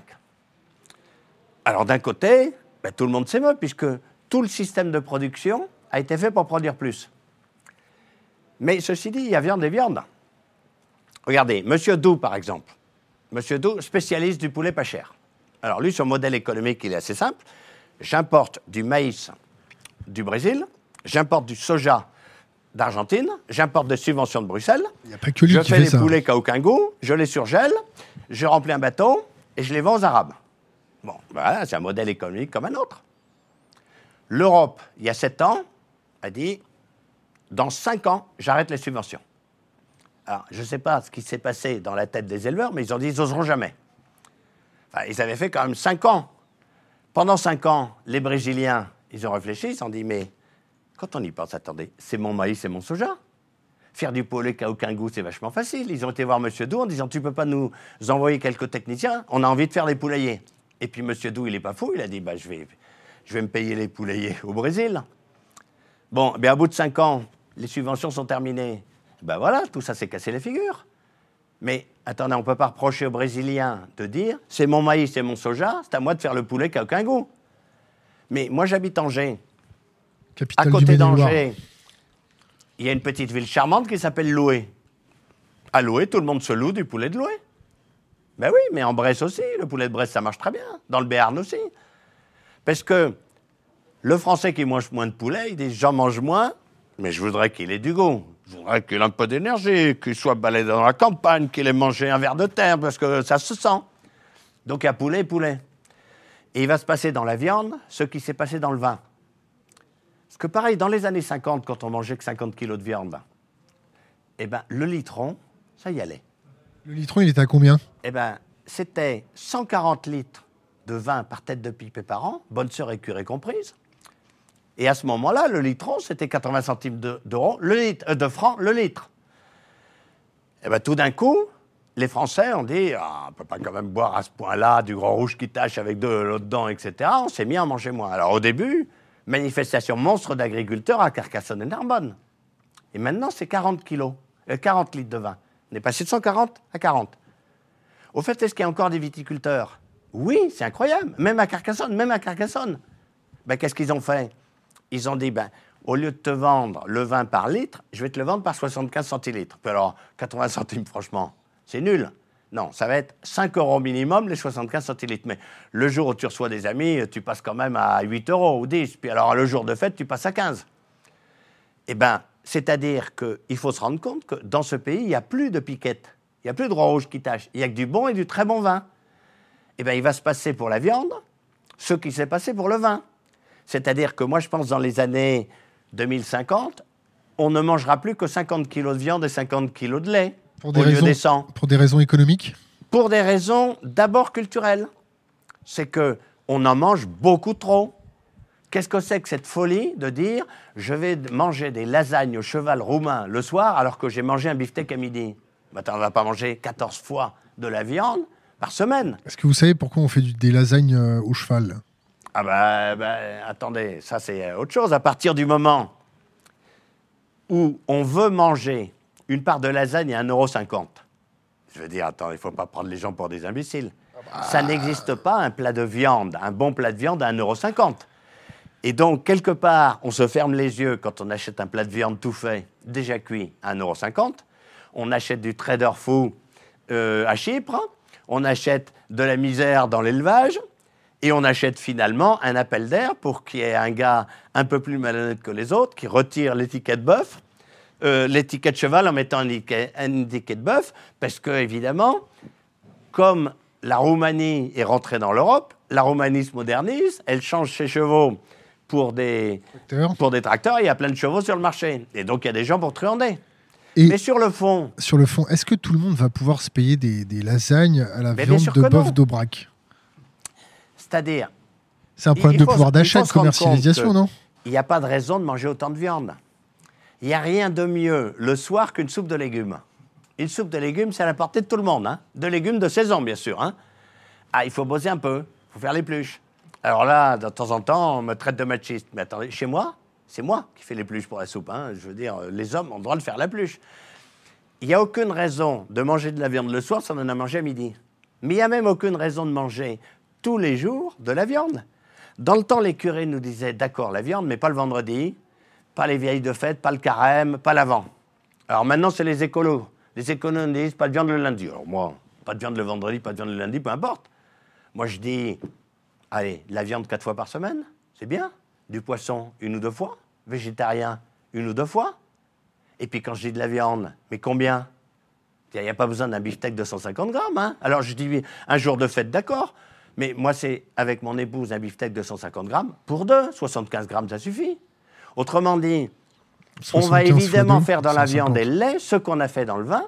Alors d'un côté, ben, tout le monde s'émeut, puisque tout le système de production a été fait pour produire plus. Mais ceci dit, il y a viande et viande. Regardez, Monsieur Doux, par exemple. Monsieur Doux, spécialiste du poulet pas cher. Alors lui, son modèle économique, il est assez simple. J'importe du maïs du Brésil, j'importe du soja d'Argentine, j'importe des subventions de Bruxelles, Il n'y a pas que lui je qui fais fait les ça. poulets qui n'ont aucun goût, je les surgèle, je remplis un bateau et je les vends aux Arabes. Bon, voilà, c'est un modèle économique comme un autre. L'Europe, il y a sept ans, a dit, dans cinq ans, j'arrête les subventions. Alors, je ne sais pas ce qui s'est passé dans la tête des éleveurs, mais ils ont dit, ils n'oseront jamais. Enfin, ils avaient fait quand même cinq ans. Pendant cinq ans, les Brésiliens, ils ont réfléchi, ils se sont dit, mais quand on y pense, attendez, c'est mon maïs, c'est mon soja. Faire du poulet qui n'a aucun goût, c'est vachement facile. Ils ont été voir M. Doux en disant, tu ne peux pas nous envoyer quelques techniciens, on a envie de faire des poulaillers. Et puis M. Doux, il n'est pas fou, il a dit, bah, je, vais, je vais me payer les poulaillers au Brésil. Bon, bien, à bout de cinq ans, les subventions sont terminées. Ben voilà, tout ça s'est cassé les figures. Mais attendez, on ne peut pas reprocher aux Brésiliens de dire « c'est mon maïs, c'est mon soja, c'est à moi de faire le poulet qui n'a aucun goût ». Mais moi, j'habite Angers. Capitale À du côté Maine-et-Loire. d'Angers, il y a une petite ville charmante qui s'appelle Loué. À Loué, tout le monde se loue du poulet de Loué. Ben oui, mais en Bresse aussi, le poulet de Bresse, ça marche très bien. Dans le Béarn aussi. Parce que le Français qui mange moins de poulet, il dit « j'en mange moins, mais je voudrais qu'il ait du goût ». Je voudrais qu'il ait un peu d'énergie, qu'il soit baladé dans la campagne, qu'il ait mangé un verre de terre, parce que ça se sent. Donc il y a poulet et poulet. Et il va se passer dans la viande ce qui s'est passé dans le vin. Parce que pareil, dans les années cinquante, quand on mangeait que cinquante kilos de viande, eh ben, le litron, ça y allait. Le litron, il était à combien? Eh ben, c'était cent quarante litres de vin par tête de pipe et par an, bonne sœur et curée comprise. Et à ce moment-là, le litron, c'était quatre-vingts centimes de, d'euros, le litre, euh, de francs le litre. Et bien, tout d'un coup, les Français ont dit ah, on ne peut pas quand même boire à ce point-là du Grand Rouge qui tâche avec de l'eau dedans, et cetera. On s'est mis à manger moins. Alors, au début, manifestation monstre d'agriculteurs à Carcassonne et Narbonne. Et maintenant, c'est quarante kilos, euh, quarante litres de vin. On est passé de cent quarante à quarante. Au fait, est-ce qu'il y a encore des viticulteurs? Oui, c'est incroyable. Même à Carcassonne, même à Carcassonne. Ben, qu'est-ce qu'ils ont fait? Ils ont dit, ben, au lieu de te vendre le vin par litre, je vais te le vendre par soixante-quinze centilitres. Puis alors, quatre-vingts centimes, franchement, c'est nul. Non, ça va être cinq euros minimum, les soixante-quinze centilitres. Mais le jour où tu reçois des amis, tu passes quand même à huit euros ou dix. Puis alors, le jour de fête, tu passes à quinze. Eh bien, c'est-à-dire qu'il faut se rendre compte que dans ce pays, il n'y a plus de piquettes. Il n'y a plus de Grand Rouge qui tâche. Il n'y a que du bon et du très bon vin. Eh bien, il va se passer pour la viande ce qui s'est passé pour le vin. C'est-à-dire que moi, je pense dans les années deux mille cinquante, on ne mangera plus que cinquante kilos de viande et cinquante kilos de lait pour des au raisons, lieu des cent. Pour des raisons économiques? Pour des raisons d'abord culturelles. C'est qu'on en mange beaucoup trop. Qu'est-ce que c'est que cette folie de dire « je vais manger des lasagnes au cheval roumain le soir alors que j'ai mangé un beefsteak à midi ». Attends, on ne va pas manger quatorze fois de la viande par semaine. Est-ce que vous savez pourquoi on fait du, des lasagnes euh, au cheval? Ah ben, ben, attendez, ça c'est autre chose. À partir du moment où on veut manger une part de lasagne à un euro cinquante, je veux dire, attends, il ne faut pas prendre les gens pour des imbéciles. Ah bah... Ça n'existe pas un plat de viande, un bon plat de viande à un euro cinquante. Et donc, quelque part, on se ferme les yeux quand on achète un plat de viande tout fait, déjà cuit, à un euro cinquante. On achète du trader fou euh, à Chypre. On achète de la misère dans l'élevage. Et on achète finalement un appel d'air pour qu'il y ait un gars un peu plus malhonnête que les autres qui retire l'étiquette bœuf, euh, l'étiquette cheval en mettant un étiquette bœuf, parce que, évidemment, comme la Roumanie est rentrée dans l'Europe, la Roumanie se modernise, elle change ses chevaux pour des, pour des tracteurs, et il y a plein de chevaux sur le marché. Et donc, il y a des gens pour truander. Et mais sur le fond... Sur le fond, est-ce que tout le monde va pouvoir se payer des, des lasagnes à la viande de bœuf d'Aubrac? C'est-à-dire... C'est un problème de pouvoir d'achat, de commercialisation, non? Il n'y a pas de raison de manger autant de viande. Il n'y a rien de mieux le soir qu'une soupe de légumes. Une soupe de légumes, c'est à la portée de tout le monde. Hein. De légumes de saison, bien sûr. Hein. Ah, il faut bosser un peu. Il faut faire l'épluche. Alors là, de temps en temps, on me traite de machiste. Mais attendez, chez moi, c'est moi qui fais l'épluche pour la soupe. Hein. Je veux dire, les hommes ont le droit de faire l'épluche. Il n'y a aucune raison de manger de la viande le soir si on en a mangé à midi. Mais il n'y a même aucune raison de manger tous les jours de la viande. Dans le temps, les curés nous disaient, d'accord, la viande, mais pas le vendredi, pas les vieilles de fête, pas le carême, pas l'avant. Alors maintenant, c'est les écolos. Les écolos nous disent, pas de viande le lundi. Alors moi, pas de viande le vendredi, pas de viande le lundi, peu importe. Moi, je dis, allez, la viande quatre fois par semaine, c'est bien. Du poisson, une ou deux fois. Végétarien, une ou deux fois. Et puis quand je dis de la viande, mais combien? Il n'y a pas besoin d'un beefsteak de cent cinquante grammes. Hein. Alors je dis, un jour de fête, d'accord. Mais moi, c'est avec mon épouse un beefsteak de cent cinquante grammes pour deux. soixante-quinze grammes, ça suffit. Autrement dit, on va évidemment faire dans la viande et le lait ce qu'on a fait dans le vin.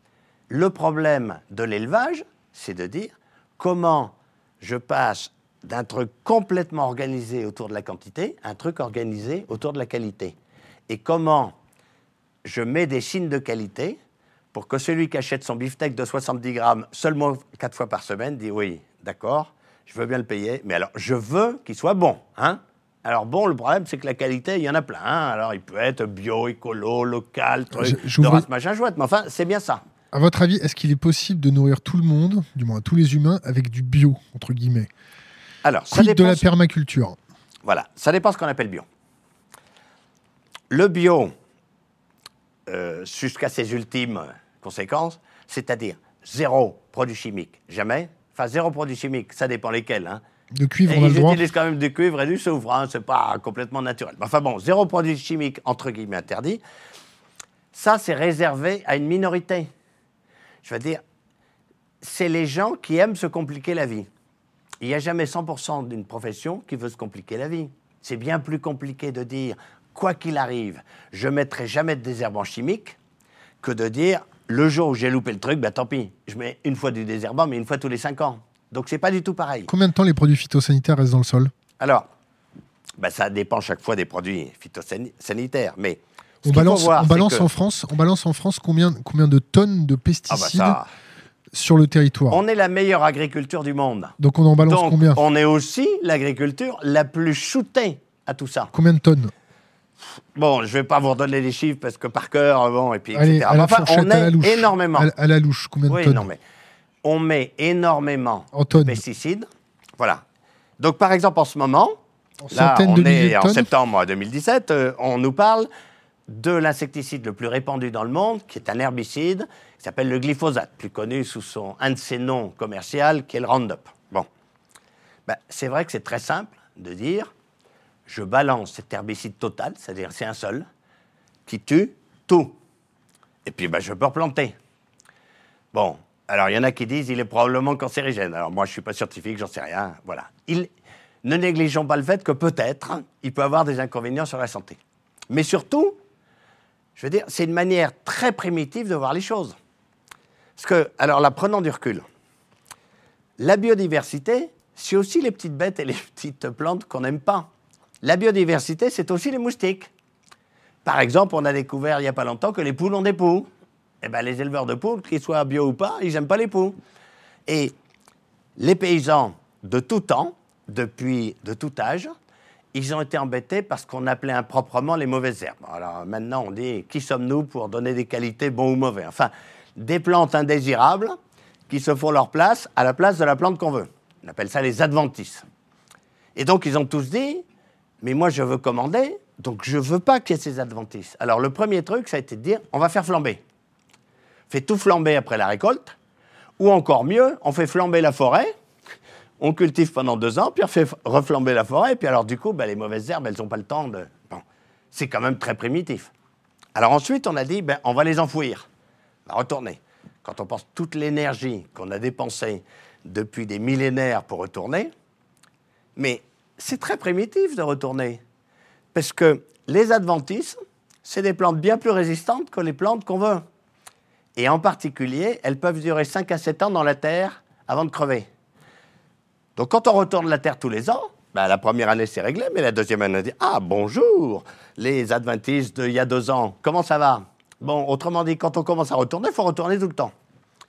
Le problème de l'élevage, c'est de dire comment je passe d'un truc complètement organisé autour de la quantité à un truc organisé autour de la qualité. Et comment je mets des signes de qualité pour que celui qui achète son beefsteak de soixante-dix grammes seulement quatre fois par semaine dit oui, d'accord, je veux bien le payer, mais alors je veux qu'il soit bon. Hein. Alors bon, le problème, c'est que la qualité, il y en a plein. Hein. Alors il peut être bio, écolo, local, truc, je, de race, machin, chouette, mais enfin, c'est bien ça. À votre avis, est-ce qu'il est possible de nourrir tout le monde, du moins tous les humains, avec du bio, entre guillemets? Alors, ça Quid dépend... de la permaculture? Voilà, ça dépend ce qu'on appelle bio. Le bio, euh, jusqu'à ses ultimes conséquences, c'est-à-dire zéro produit chimique, jamais. Enfin, zéro produit chimique, ça dépend lesquels. Hein. Le cuivre, et on a le droit. Ils utilisent quand même du cuivre et du soufre, hein, c'est pas complètement naturel. Enfin bon, zéro produit chimique, entre guillemets, interdit. ça, c'est réservé à une minorité. Je veux dire, c'est les gens qui aiment se compliquer la vie. Il n'y a jamais cent pour cent d'une profession qui veut se compliquer la vie. C'est bien plus compliqué de dire, quoi qu'il arrive, je ne mettrai jamais de désherbant chimique, que de dire, le jour où j'ai loupé le truc, ben tant pis, je mets une fois du désherbant, mais une fois tous les cinq ans. Donc, ce n'est pas du tout pareil. Combien de temps les produits phytosanitaires restent dans le sol? Alors, ben, ça dépend chaque fois des produits phytosanitaires, mais... On balance, voir, on, balance que... en France, on balance en France combien, combien de tonnes de pesticides ah bah ça... sur le territoire? On est la meilleure agriculture du monde. Donc on en balance Donc, combien? On est aussi l'agriculture la plus shootée à tout ça. Combien de tonnes? Bon, je ne vais pas vous redonner les chiffres parce que par cœur, bon, et puis Allez, et cetera. À la enfin, fourchette, on à la louche. énormément. À, à la louche, combien de oui, tonnes? Non, mais on met énormément en tonnes. de pesticides. Voilà. Donc par exemple, en ce moment, en là, on de est de en tonnes. septembre deux mille dix-sept, euh, on nous parle de l'insecticide le plus répandu dans le monde, qui est un herbicide, qui s'appelle le glyphosate, plus connu sous son, un de ses noms commerciaux, qui est le Roundup. Bon. Ben, c'est vrai que c'est très simple de dire, je balance cet herbicide total, c'est-à-dire c'est un seul, qui tue tout. Et puis ben, je peux replanter. Bon, alors il y en a qui disent, il est probablement cancérigène. Alors moi, je ne suis pas scientifique, j'en sais rien. Voilà. Il, ne négligeons pas le fait que peut-être, il peut avoir des inconvénients sur la santé. Mais surtout, je veux dire, c'est une manière très primitive de voir les choses. Parce que, alors là, prenons du recul. La biodiversité, c'est aussi les petites bêtes et les petites plantes qu'on n'aime pas. La biodiversité, c'est aussi les moustiques. Par exemple, on a découvert il n'y a pas longtemps que les poules ont des poux. Eh bien, les éleveurs de poules, qu'ils soient bio ou pas, ils n'aiment pas les poux. Et les paysans de tout temps, depuis de tout âge, ils ont été embêtés parce qu'on appelait improprement les mauvaises herbes. Alors maintenant, on dit, qui sommes-nous pour donner des qualités bons ou mauvais? Enfin, des plantes indésirables qui se font leur place à la place de la plante qu'on veut. On appelle ça les adventices. Et donc, ils ont tous dit, mais moi, je veux commander, donc je ne veux pas qu'il y ait ces adventices. Alors, le premier truc, ça a été de dire, on va faire flamber. On fait tout flamber après la récolte, ou encore mieux, on fait flamber la forêt, on cultive pendant deux ans, puis on fait reflamber la forêt, et puis alors du coup, ben, les mauvaises herbes, elles n'ont pas le temps de... Bon, c'est quand même très primitif. Alors ensuite, on a dit, ben, on va les enfouir, on va retourner. Quand on pense toute l'énergie qu'on a dépensée depuis des millénaires pour retourner, mais c'est très primitif de retourner, parce que les adventices, c'est des plantes bien plus résistantes que les plantes qu'on veut. Et en particulier, elles peuvent durer cinq à sept ans dans la terre avant de crever. Donc, quand on retourne la terre tous les ans, ben, la première année, c'est réglé, mais la deuxième année, on dit « Ah, bonjour, les adventistes d'il y a deux ans, comment ça va ?» Bon, autrement dit, quand on commence à retourner, il faut retourner tout le temps.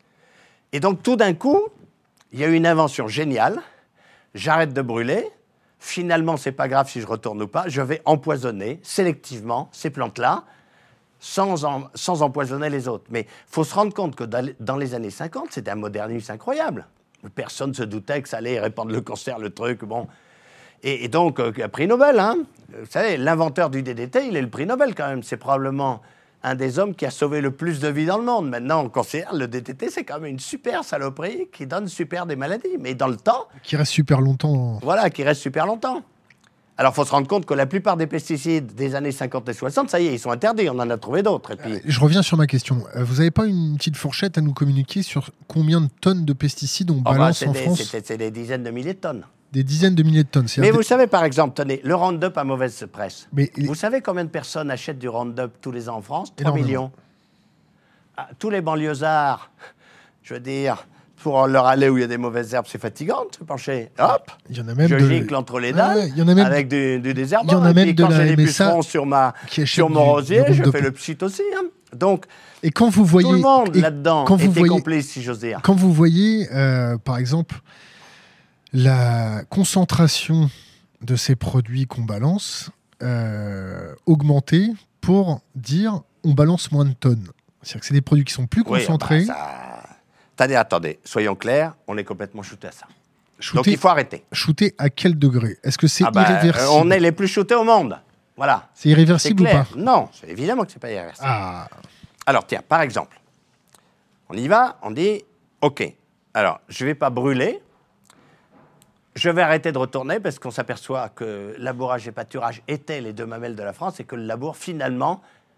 Et donc, tout d'un coup, il y a eu une invention géniale. J'arrête de brûler. Finalement, ce n'est pas grave si je retourne ou pas. Je vais empoisonner sélectivement ces plantes-là, sans, en, sans empoisonner les autres. Mais il faut se rendre compte que dans les années cinquante, c'était un modernisme incroyable. Personne ne se doutait que ça allait répandre le cancer, le truc, bon. Et, et donc, euh, prix Nobel, hein. Vous savez, l'inventeur du D D T, il est le prix Nobel quand même. C'est probablement un des hommes qui a sauvé le plus de vies dans le monde. Maintenant, on considère le D D T, c'est quand même une super saloperie qui donne super des maladies. Mais dans le temps... Qui reste super longtemps. Voilà, qui reste super longtemps. Alors, il faut se rendre compte que la plupart des pesticides des années cinquante et soixante, ça y est, ils sont interdits. On en a trouvé d'autres. Et puis... euh, je reviens sur ma question. Vous n'avez pas une petite fourchette à nous communiquer sur combien de tonnes de pesticides on balance oh bah, en des, France? C'est des dizaines de milliers de tonnes. Des dizaines de milliers de tonnes. Mais vous des... savez, par exemple, tenez, le Roundup à mauvaise presse. Mais vous les... savez combien de personnes achètent du Roundup tous les ans en France? trois Énormément. Millions. Ah, tous les banlieusards, je veux dire... Pour leur aller où il y a des mauvaises herbes, c'est fatigant de se pencher. Hop, il y en a même je de... gicle entre les dalles, ouais, il y en a même... avec du, du désherbant. Il y en a même et puis, de quand la j'ai des M S A pucerons sur, ma, sur mon du, rosier, du je fais le pchit aussi. Hein. Donc, et quand vous voyez, tout le monde là-dedans quand vous était voyez, complice, si j'ose dire. Quand vous voyez, euh, par exemple, la concentration de ces produits qu'on balance euh, augmenter pour dire on balance moins de tonnes. C'est-à-dire que c'est des produits qui sont plus concentrés. Oui, bah, ça... Attendez, attendez, soyons clairs, on est complètement shooté à ça. Shooté, Donc il faut arrêter. Shooté à quel degré? Est-ce que c'est ah bah, irréversible? On est les plus shootés au monde. Voilà. C'est irréversible ou pas? Non, c'est évidemment que c'est pas irréversible. Ah. Alors tiens, par exemple, on y va, on dit, ok, alors je ne vais pas brûler, je vais arrêter de retourner parce qu'on s'aperçoit que labourage et pâturage étaient les deux mamelles de la France et que le labour, finalement,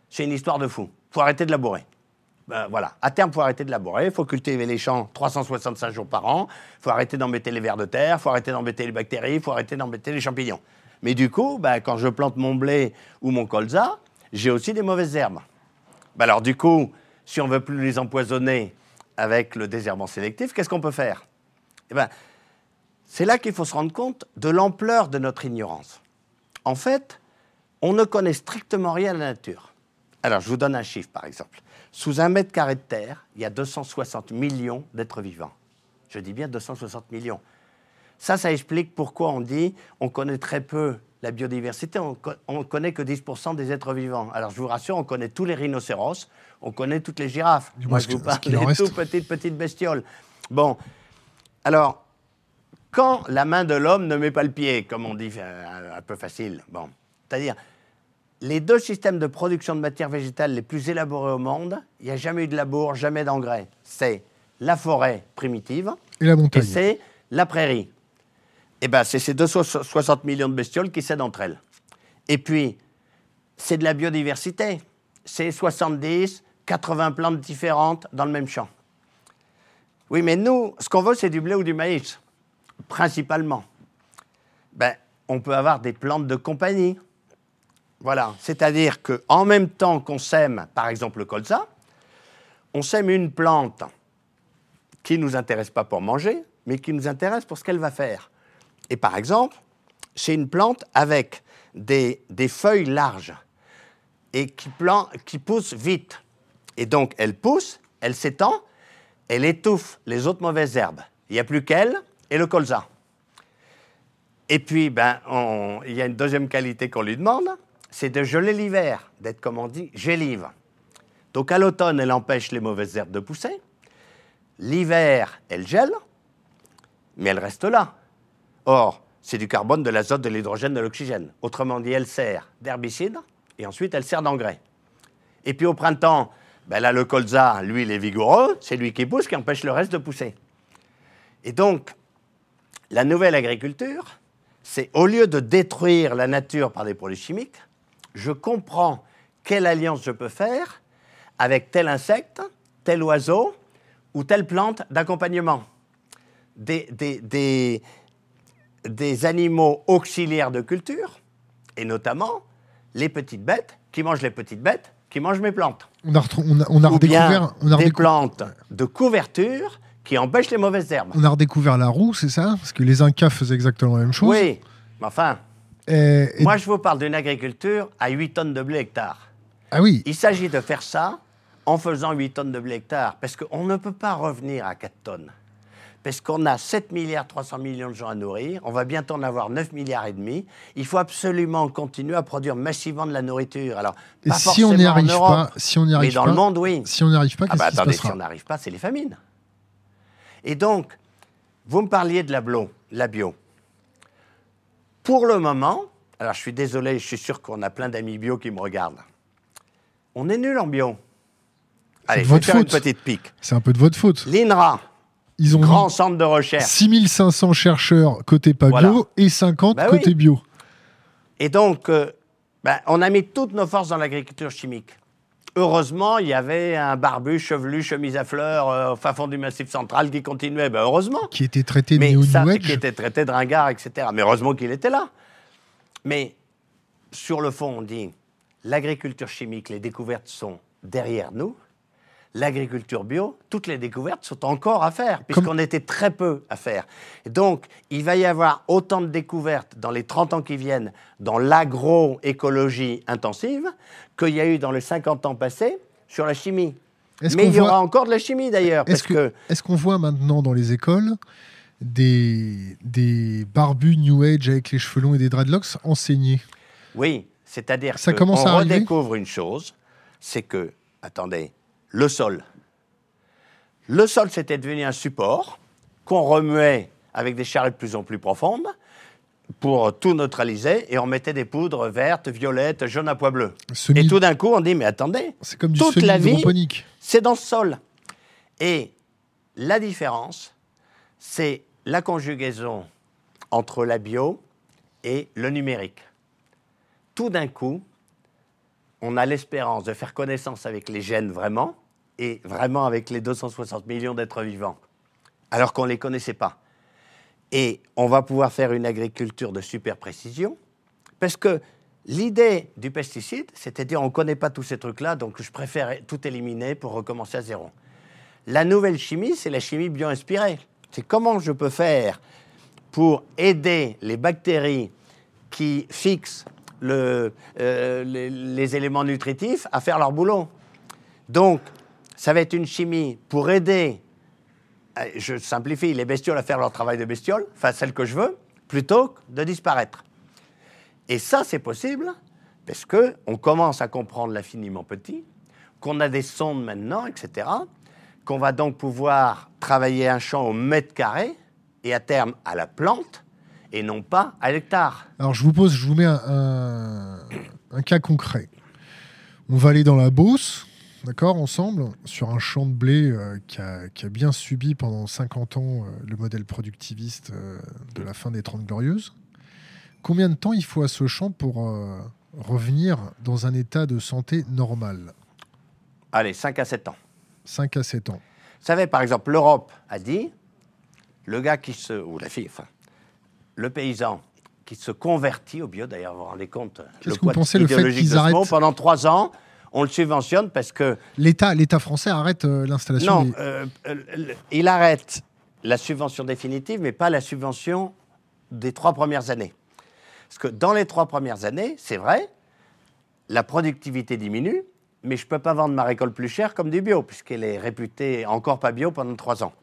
c'est une histoire de fou. Il faut arrêter de labourer. Ben, voilà. À terme, il faut arrêter de labourer. Il faut cultiver les champs trois cent soixante-cinq jours par an. Il faut arrêter d'embêter les vers de terre. Il faut arrêter d'embêter les bactéries. Il faut arrêter d'embêter les champignons. Mais du coup, ben, quand je plante mon blé ou mon colza, j'ai aussi des mauvaises herbes. Ben, alors du coup, si on ne veut plus les empoisonner avec le désherbant sélectif, qu'est-ce qu'on peut faire? Eh ben, c'est là qu'il faut se rendre compte de l'ampleur de notre ignorance. En fait, on ne connaît strictement rien de la nature. Alors, je vous donne un chiffre, par exemple. Sous un mètre carré de terre, il y a deux cent soixante millions d'êtres vivants. Je dis bien deux cent soixante millions. Ça, ça explique pourquoi on dit on connaît très peu la biodiversité, on ne connaît que dix pour cent des êtres vivants. Alors, je vous rassure, on connaît tous les rhinocéros, on connaît toutes les girafes. Du Moi, moins, je vous parle des tout petites, petites bestioles. Bon, alors, quand la main de l'homme ne met pas le pied, comme on dit un, un peu facile, bon, c'est-à-dire, les deux systèmes de production de matière végétale les plus élaborés au monde, il n'y a jamais eu de labour, jamais d'engrais. C'est la forêt primitive et la montagne. Et c'est la prairie. Et bien, c'est ces deux cent soixante millions de bestioles qui s'aident entre elles. Et puis, c'est de la biodiversité. C'est soixante-dix, quatre-vingts plantes différentes dans le même champ. Oui, mais nous, ce qu'on veut, c'est du blé ou du maïs, principalement. Ben, on peut avoir des plantes de compagnie. Voilà, c'est-à-dire qu'en même temps qu'on sème, par exemple, le colza, on sème une plante qui ne nous intéresse pas pour manger, mais qui nous intéresse pour ce qu'elle va faire. Et par exemple, c'est une plante avec des, des feuilles larges et qui, plan, qui pousse vite. Et donc, elle pousse, elle s'étend, elle étouffe les autres mauvaises herbes. Il n'y a plus qu'elle et le colza. Et puis, ben, on, il y a une deuxième qualité qu'on lui demande, c'est de geler l'hiver, d'être, comme on dit, gélive. Donc, à l'automne, elle empêche les mauvaises herbes de pousser. L'hiver, elle gèle, mais elle reste là. Or, c'est du carbone, de l'azote, de l'hydrogène, de l'oxygène. Autrement dit, elle sert d'herbicide et ensuite, elle sert d'engrais. Et puis, au printemps, ben là, le colza, lui, il est vigoureux, c'est lui qui pousse, qui empêche le reste de pousser. Et donc, la nouvelle agriculture, c'est au lieu de détruire la nature par des produits chimiques, je comprends quelle alliance je peux faire avec tel insecte, tel oiseau ou telle plante d'accompagnement. Des, des, des, des animaux auxiliaires de culture, et notamment les petites bêtes qui mangent les petites bêtes qui mangent mes plantes. On a, on a, on a ou redécouvert bien on a des redécou- plantes de couverture qui empêchent les mauvaises herbes. On a redécouvert la roue, c'est ça? Parce que les Incas faisaient exactement la même chose. Oui, mais enfin, Et, et... moi je vous parle d'une agriculture à huit tonnes de blé hectare. Ah oui. Il s'agit de faire ça en faisant huit tonnes de blé hectare, parce qu'on ne peut pas revenir à quatre tonnes. Parce qu'on a sept milliards trois cents millions de gens à nourrir, on va bientôt en avoir neuf milliards et demi. Il faut absolument continuer à produire massivement de la nourriture. Alors, et pas si on n'y forcément arrive en Europe, pas, si on n'y arrive mais dans pas, le monde, oui. Si on n'y arrive pas, Ah qu'est-ce bah qui se attendez, si passera? on n'arrive pas, c'est les famines. Et donc, vous me parliez de la, blo, la bio. Pour le moment, alors je suis désolé, je suis sûr qu'on a plein d'amis bio qui me regardent. On est nul en bio. Allez, de je vais votre faire une faute. petite pique. C'est un peu de votre faute. L'INRA, Ils ont grand centre de recherche. six mille cinq cents chercheurs côté pas Voilà. bio et cinquante Bah côté oui. bio. Et donc, euh, ben, on a mis toutes nos forces dans l'agriculture chimique. Heureusement, il y avait un barbu, chevelu, chemise à fleurs euh, au fin fond du Massif central qui continuait. Ben, heureusement. Qui était traité de Mais ça, néo-new age. qui était traité de ringard, et cetera. Mais heureusement qu'il était là. Mais sur le fond, on dit l'agriculture chimique, les découvertes sont derrière nous. L'agriculture bio, toutes les découvertes sont encore à faire, puisqu'on Comme... était très peu à faire. Et donc, il va y avoir autant de découvertes dans les trente ans qui viennent dans l'agroécologie intensive qu'il y a eu dans les cinquante ans passés sur la chimie. Est-ce Mais qu'on il y voit... aura encore de la chimie, d'ailleurs. Est-ce parce que... que... Est-ce qu'on voit maintenant dans les écoles des, des barbus New Age avec les cheveux longs et des dreadlocks enseigner? Oui, c'est-à-dire Ça qu'on commence à arriver redécouvre une chose, c'est que, attendez, le sol. Le sol, c'était devenu un support qu'on remuait avec des charrettes de plus en plus profondes pour tout neutraliser, et on mettait des poudres vertes, violettes, jaunes à pois bleus. Semi... Et tout d'un coup, on dit, mais attendez, c'est comme du toute la vie, semi-hydroponique. c'est dans ce sol. Et la différence, c'est la conjugaison entre la bio et le numérique. Tout d'un coup, on a l'espérance de faire connaissance avec les gènes vraiment, et vraiment avec les deux cent soixante millions d'êtres vivants, alors qu'on ne les connaissait pas. Et on va pouvoir faire une agriculture de super précision, parce que l'idée du pesticide, c'était de dire on ne connaît pas tous ces trucs-là, donc je préfère tout éliminer pour recommencer à zéro. La nouvelle chimie, c'est la chimie bio-inspirée. C'est comment je peux faire pour aider les bactéries qui fixent le, euh, les, les éléments nutritifs à faire leur boulot. Donc, ça va être une chimie pour aider, je simplifie, les bestioles à faire leur travail de bestioles, enfin celle que je veux, plutôt que de disparaître. Et ça, c'est possible parce qu'on commence à comprendre l'infiniment petit, qu'on a des sondes maintenant, et cetera, qu'on va donc pouvoir travailler un champ au mètre carré et à terme à la plante et non pas à l'hectare. Alors, je vous pose, je vous mets un, un, un cas concret. On va aller dans la Beauce, d'accord, ensemble, sur un champ de blé euh, qui, a, qui a bien subi pendant cinquante ans euh, le modèle productiviste euh, de la fin des Trente Glorieuses. Combien de temps il faut à ce champ pour euh, revenir dans un état de santé normal ? Allez, cinq à sept ans. cinq à sept ans. Vous savez, par exemple, l'Europe a dit, le gars qui se... ou la fille, enfin, le paysan qui se convertit au bio, d'ailleurs, vous vous rendez compte, Qu'est-ce que vous pensez le fait qu'ils arrêtent pendant trois ans, on le subventionne parce que... L'État, l'État français arrête euh, l'installation Non, des... euh, euh, il arrête la subvention définitive, mais pas la subvention des trois premières années. Parce que dans les trois premières années, c'est vrai, la productivité diminue, mais je ne peux pas vendre ma récolte plus chère comme du bio, puisqu'elle est réputée encore pas bio pendant trois ans.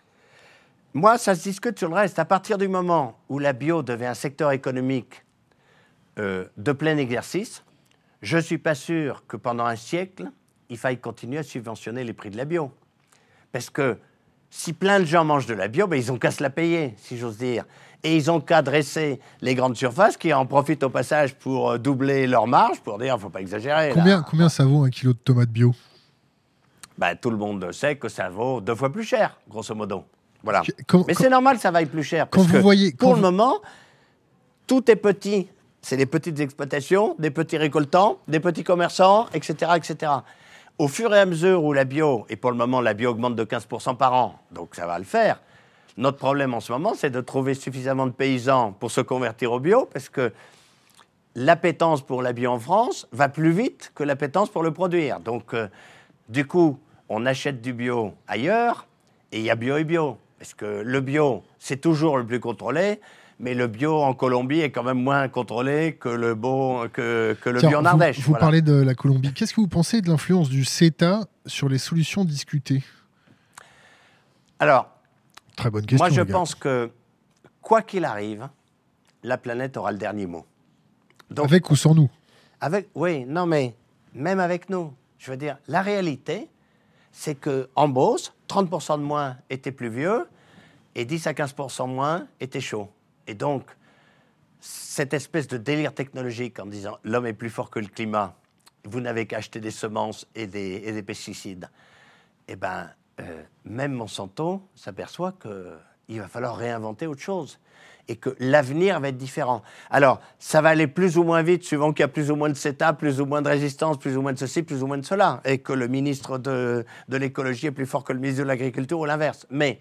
Moi, ça se discute sur le reste. À partir du moment où la bio devient un secteur économique euh, de plein exercice, je ne suis pas sûr que pendant un siècle, il faille continuer à subventionner les prix de la bio. Parce que si plein de gens mangent de la bio, ben ils ont qu'à se la payer, si j'ose dire. Et ils ont qu'à dresser les grandes surfaces qui en profitent au passage pour euh, doubler leur marge, pour dire, il ne faut pas exagérer. Combien, là. combien ça vaut un kilo de tomates bio ? Ben, tout le monde sait que ça vaut deux fois plus cher, grosso modo. Voilà. Que, quand, Mais quand, c'est normal que ça vaille plus cher. Quand Parce vous que voyez, pour quand le vous... moment, tout est petit. C'est des petites exploitations, des petits récoltants, des petits commerçants, et cetera, et cetera. Au fur et à mesure où la bio, et pour le moment, la bio augmente de quinze pour cent par an, donc ça va le faire. Notre problème en ce moment, c'est de trouver suffisamment de paysans pour se convertir au bio, parce que l'appétence pour la bio en France va plus vite que l'appétence pour le produire. Donc, euh, du coup, on achète du bio ailleurs, et il y a bio et bio. Parce que le bio, c'est toujours le plus contrôlé, mais le bio en Colombie est quand même moins contrôlé que le, beau, que, que le Tiens, bio en vous, Ardèche. Vous voilà. parlez de la Colombie. Qu'est-ce que vous pensez de l'influence du CETA sur les solutions discutées ? Alors, très bonne question. Moi, je les gars. pense que, quoi qu'il arrive, la planète aura le dernier mot. Donc, avec ou sans nous ? Avec, oui, non, mais même avec nous. Je veux dire, la réalité, c'est qu'en Beauce, trente pour cent de moins étaient pluvieux et dix à quinze pour cent moins étaient chauds. Et donc, cette espèce de délire technologique en disant « l'homme est plus fort que le climat, vous n'avez qu'à acheter des semences et des, et des pesticides », eh bien, euh, même Monsanto s'aperçoit qu'il va falloir réinventer autre chose et que l'avenir va être différent. Alors, ça va aller plus ou moins vite, suivant qu'il y a plus ou moins de CETA, plus ou moins de résistance, plus ou moins de ceci, plus ou moins de cela, et que le ministre de, de l'écologie est plus fort que le ministre de l'agriculture ou l'inverse. Mais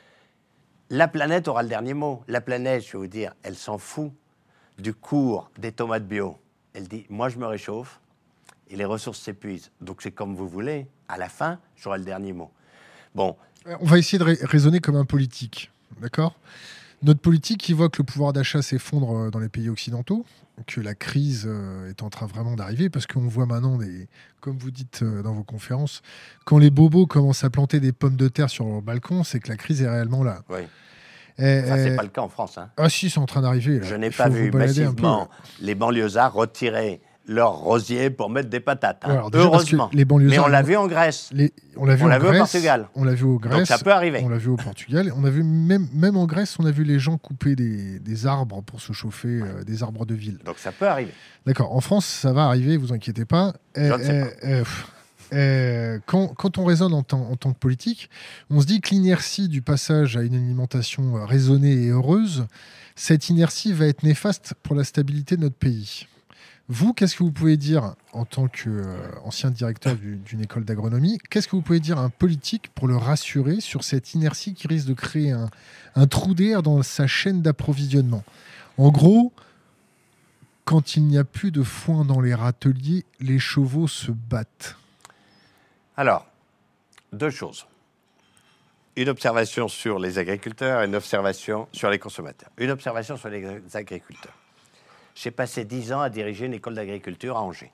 la planète aura le dernier mot. La planète, je vais vous dire, elle s'en fout du cours des tomates bio. Elle dit, moi je me réchauffe et les ressources s'épuisent. Donc c'est comme vous voulez, à la fin, j'aurai le dernier mot. Bon. On va essayer de ra- raisonner comme un politique, d'accord ? Notre politique, il voit que le pouvoir d'achat s'effondre dans les pays occidentaux, que la crise est en train vraiment d'arriver, parce qu'on voit maintenant, des, comme vous dites dans vos conférences, quand les bobos commencent à planter des pommes de terre sur leur balcon, c'est que la crise est réellement là. Oui. Et, Ça, c'est et... pas le cas en France. Hein. Ah si, c'est en train d'arriver. Là. Je n'ai Il pas faut vu vous balader un peu, massivement les banlieusards retirer leur rosier pour mettre des patates. Hein. Alors, déjà, Heureusement. Les Mais on l'a vu en Grèce. Les... On l'a vu, on en l'a vu Grèce, au Portugal. On l'a vu au Grèce. Donc ça peut arriver. On l'a vu au Portugal. On a vu même, même en Grèce, on a vu les gens couper des, des arbres pour se chauffer, euh, des arbres de ville. Donc ça peut arriver. D'accord. En France, ça va arriver, vous inquiétez pas. Je ne sais pas. Euh, euh, quand, quand on raisonne en, tant- en tant que politique, on se dit que l'inertie du passage à une alimentation raisonnée et heureuse, cette inertie va être néfaste pour la stabilité de notre pays. Vous, qu'est-ce que vous pouvez dire en tant qu'ancien euh, directeur du, d'une école d'agronomie, qu'est-ce que vous pouvez dire à un politique pour le rassurer sur cette inertie qui risque de créer un, un trou d'air dans sa chaîne d'approvisionnement? En gros, quand il n'y a plus de foin dans les râteliers, les chevaux se battent. Alors, deux choses. Une observation sur les agriculteurs et une observation sur les consommateurs. Une observation sur les agriculteurs. J'ai passé dix ans à diriger une école d'agriculture à Angers.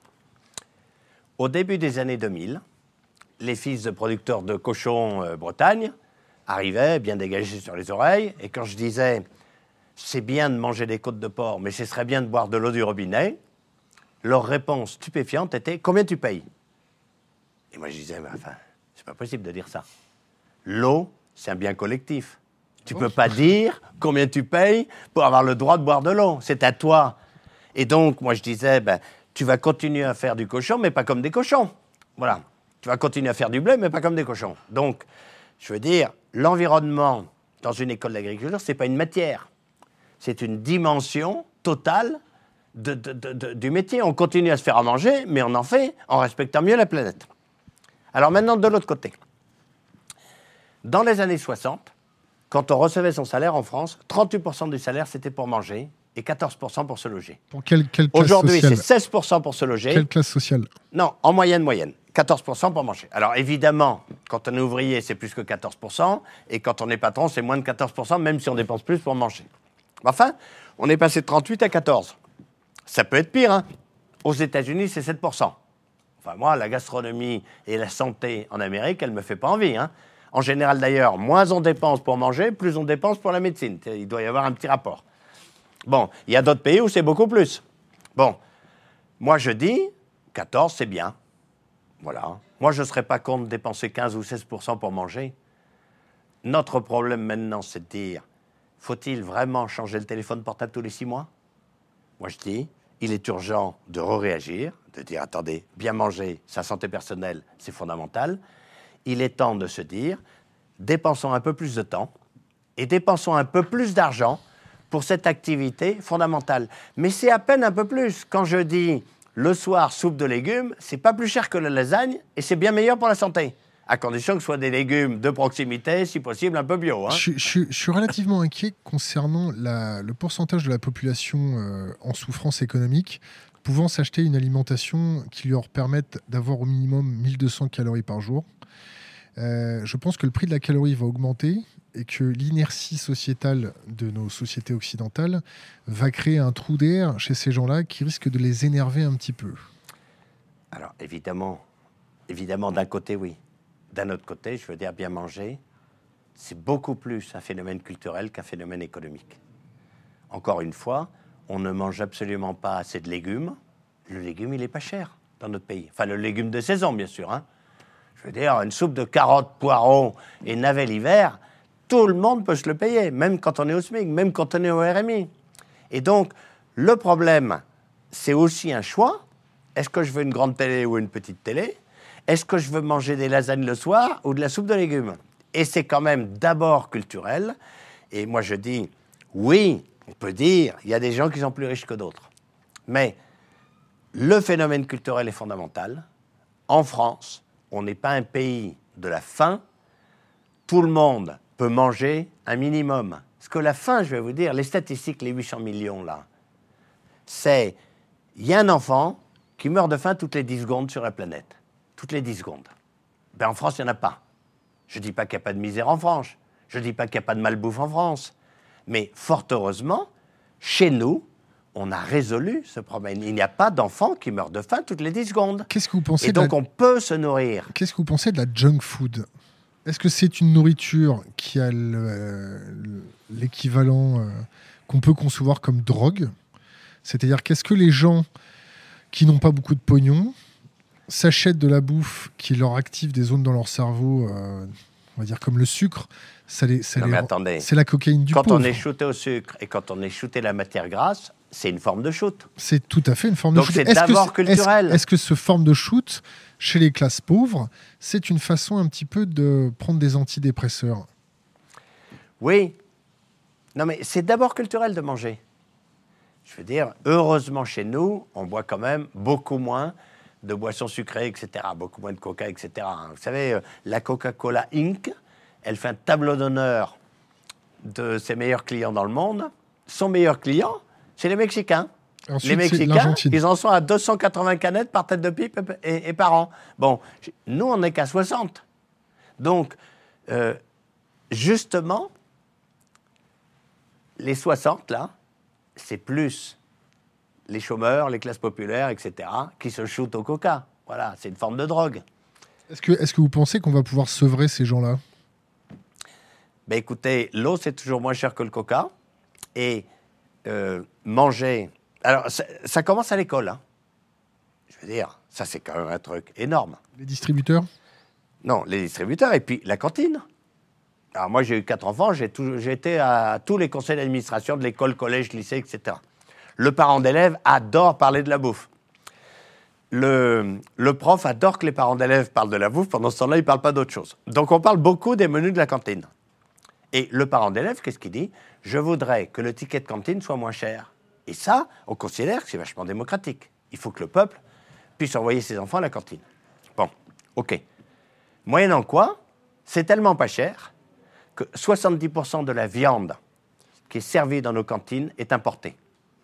Au début des années deux mille, les fils de producteurs de cochons euh, Bretagne arrivaient bien dégagés sur les oreilles. Et quand je disais « c'est bien de manger des côtes de porc, mais ce serait bien de boire de l'eau du robinet », leur réponse stupéfiante était « combien tu payes ?» Et moi je disais « enfin, c'est pas possible de dire ça. L'eau, c'est un bien collectif. Tu ne peux pas dire combien tu payes pour avoir le droit de boire de l'eau. C'est à toi. » Et donc, moi, je disais, ben, tu vas continuer à faire du cochon, mais pas comme des cochons. Voilà. Tu vas continuer à faire du blé, mais pas comme des cochons. Donc, je veux dire, l'environnement dans une école d'agriculture, ce n'est pas une matière. C'est une dimension totale de, de, de, de, du métier. On continue à se faire à manger, mais on en fait en respectant mieux la planète. Alors maintenant, de l'autre côté. Dans les années soixante, quand on recevait son salaire en France, trente-huit pour cent du salaire, c'était pour manger et quatorze pour cent pour se loger. Pour quelle, quelle classe Aujourd'hui, sociale? c'est seize pour cent pour se loger. Quelle classe sociale? Non, en moyenne, moyenne. quatorze pour cent pour manger. Alors évidemment, quand on est ouvrier, c'est plus que quatorze pour cent. Et quand on est patron, c'est moins de quatorze pour cent, même si on dépense plus pour manger. Enfin, on est passé de trente-huit à quatorze. Ça peut être pire, hein. Aux États-Unis, c'est sept pour cent. Enfin, moi, la gastronomie et la santé en Amérique, elle ne me fait pas envie, hein. En général, d'ailleurs, moins on dépense pour manger, plus on dépense pour la médecine. Il doit y avoir un petit rapport. Bon, il y a d'autres pays où c'est beaucoup plus. Bon, moi je dis, quatorze, c'est bien. Voilà. Moi, je ne serais pas contre de dépenser quinze ou seize pour cent pour manger. Notre problème maintenant, c'est de dire, faut-il vraiment changer le téléphone portable tous les six mois? Moi, je dis, il est urgent de réagir, de dire, attendez, bien manger, sa santé personnelle, c'est fondamental. Il est temps de se dire, dépensons un peu plus de temps et dépensons un peu plus d'argent pour cette activité fondamentale. Mais c'est à peine un peu plus. Quand je dis le soir, soupe de légumes, c'est pas plus cher que la lasagne et c'est bien meilleur pour la santé. À condition que ce soit des légumes de proximité, si possible un peu bio. Hein. Je, je, je suis relativement inquiet concernant la, le pourcentage de la population euh, en souffrance économique pouvant s'acheter une alimentation qui leur permette d'avoir au minimum mille deux cents calories par jour. Euh, je pense que le prix de la calorie va augmenter et que l'inertie sociétale de nos sociétés occidentales va créer un trou d'air chez ces gens-là qui risque de les énerver un petit peu. Alors, évidemment, évidemment, d'un côté, oui. D'un autre côté, je veux dire, bien manger, c'est beaucoup plus un phénomène culturel qu'un phénomène économique. Encore une fois, on ne mange absolument pas assez de légumes. Le légume, il n'est pas cher dans notre pays. Enfin, le légume de saison, bien sûr. Hein. Je veux dire, une soupe de carottes, poireaux et navets l'hiver, tout le monde peut se le payer, même quand on est au SMIC, même quand on est au R M I. Et donc, le problème, c'est aussi un choix. Est-ce que je veux une grande télé ou une petite télé? Est-ce que je veux manger des lasagnes le soir ou de la soupe de légumes? Et c'est quand même d'abord culturel. Et moi, je dis, oui, on peut dire, il y a des gens qui sont plus riches que d'autres. Mais le phénomène culturel est fondamental. En France, on n'est pas un pays de la faim. Tout le monde peut manger un minimum. Parce que la faim, je vais vous dire, les statistiques, les huit cents millions, là, c'est, il y a un enfant qui meurt de faim toutes les dix secondes sur la planète. Toutes les dix secondes. Ben, en France, il n'y en a pas. Je ne dis pas qu'il n'y a pas de misère en France. Je ne dis pas qu'il n'y a pas de malbouffe en France. Mais fort heureusement, chez nous, on a résolu ce problème. Il n'y a pas d'enfants qui meurent de faim toutes les dix secondes. Qu'est-ce que vous pensez Et donc, la... on peut se nourrir. Qu'est-ce que vous pensez de la junk food? Est-ce que c'est une nourriture qui a le, l'équivalent euh, qu'on peut concevoir comme drogue? C'est-à-dire, qu'est-ce que les gens qui n'ont pas beaucoup de pognon s'achètent de la bouffe qui leur active des zones dans leur cerveau, euh, on va dire comme le sucre, ça les, ça non, les mais rend... attendez. C'est la cocaïne du quand pauvre. Quand on est shooté au sucre et quand on est shooté la matière grasse, c'est une forme de shoot. C'est tout à fait une forme Donc de shoot. Donc c'est est-ce d'abord que, culturel. Est-ce, est-ce que ce forme de shoot, chez les classes pauvres, c'est une façon un petit peu de prendre des Je veux dire, heureusement chez nous, on boit quand même beaucoup moins de boissons sucrées, et cetera, beaucoup moins de coca, et cetera. Vous savez, la Coca-Cola Incorporée, elle fait un tableau d'honneur de ses meilleurs clients dans le monde. Son meilleur client, c'est les Mexicains. Ensuite, les Mexicains, ils en sont à deux cent quatre-vingts canettes par tête de pipe et, et, et par an. Bon, nous, on n'est qu'à soixante. Donc, euh, justement, les soixante, là, c'est plus les chômeurs, les classes populaires, et cetera, qui se shootent au coca. Voilà, c'est une forme de drogue. Est-ce que, est-ce que vous pensez qu'on va pouvoir sevrer ces gens-là ? Ben écoutez, l'eau, c'est toujours moins cher que le coca. Et euh, manger... Alors, ça, ça commence à l'école. Hein. Je veux dire, ça, c'est quand même un truc énorme. Les distributeurs ? Non, les distributeurs et puis la cantine. Alors moi, j'ai eu quatre enfants, j'ai, tout, j'ai été à tous les conseils d'administration de l'école, collège, lycée, et cetera. Le parent d'élève adore parler de la bouffe. Le, le prof adore que les parents d'élèves parlent de la bouffe. Pendant ce temps-là, ils ne parlent pas d'autre chose. Donc, on parle beaucoup des menus de la cantine. Et le parent d'élève, qu'est-ce qu'il dit ? Je voudrais que le ticket de cantine soit moins cher. Et ça, on considère que c'est vachement démocratique. Il faut que le peuple puisse envoyer ses enfants à la cantine. Bon, OK. Moyennant quoi, c'est tellement pas cher que soixante-dix pour cent de la viande qui est servie dans nos cantines est importée.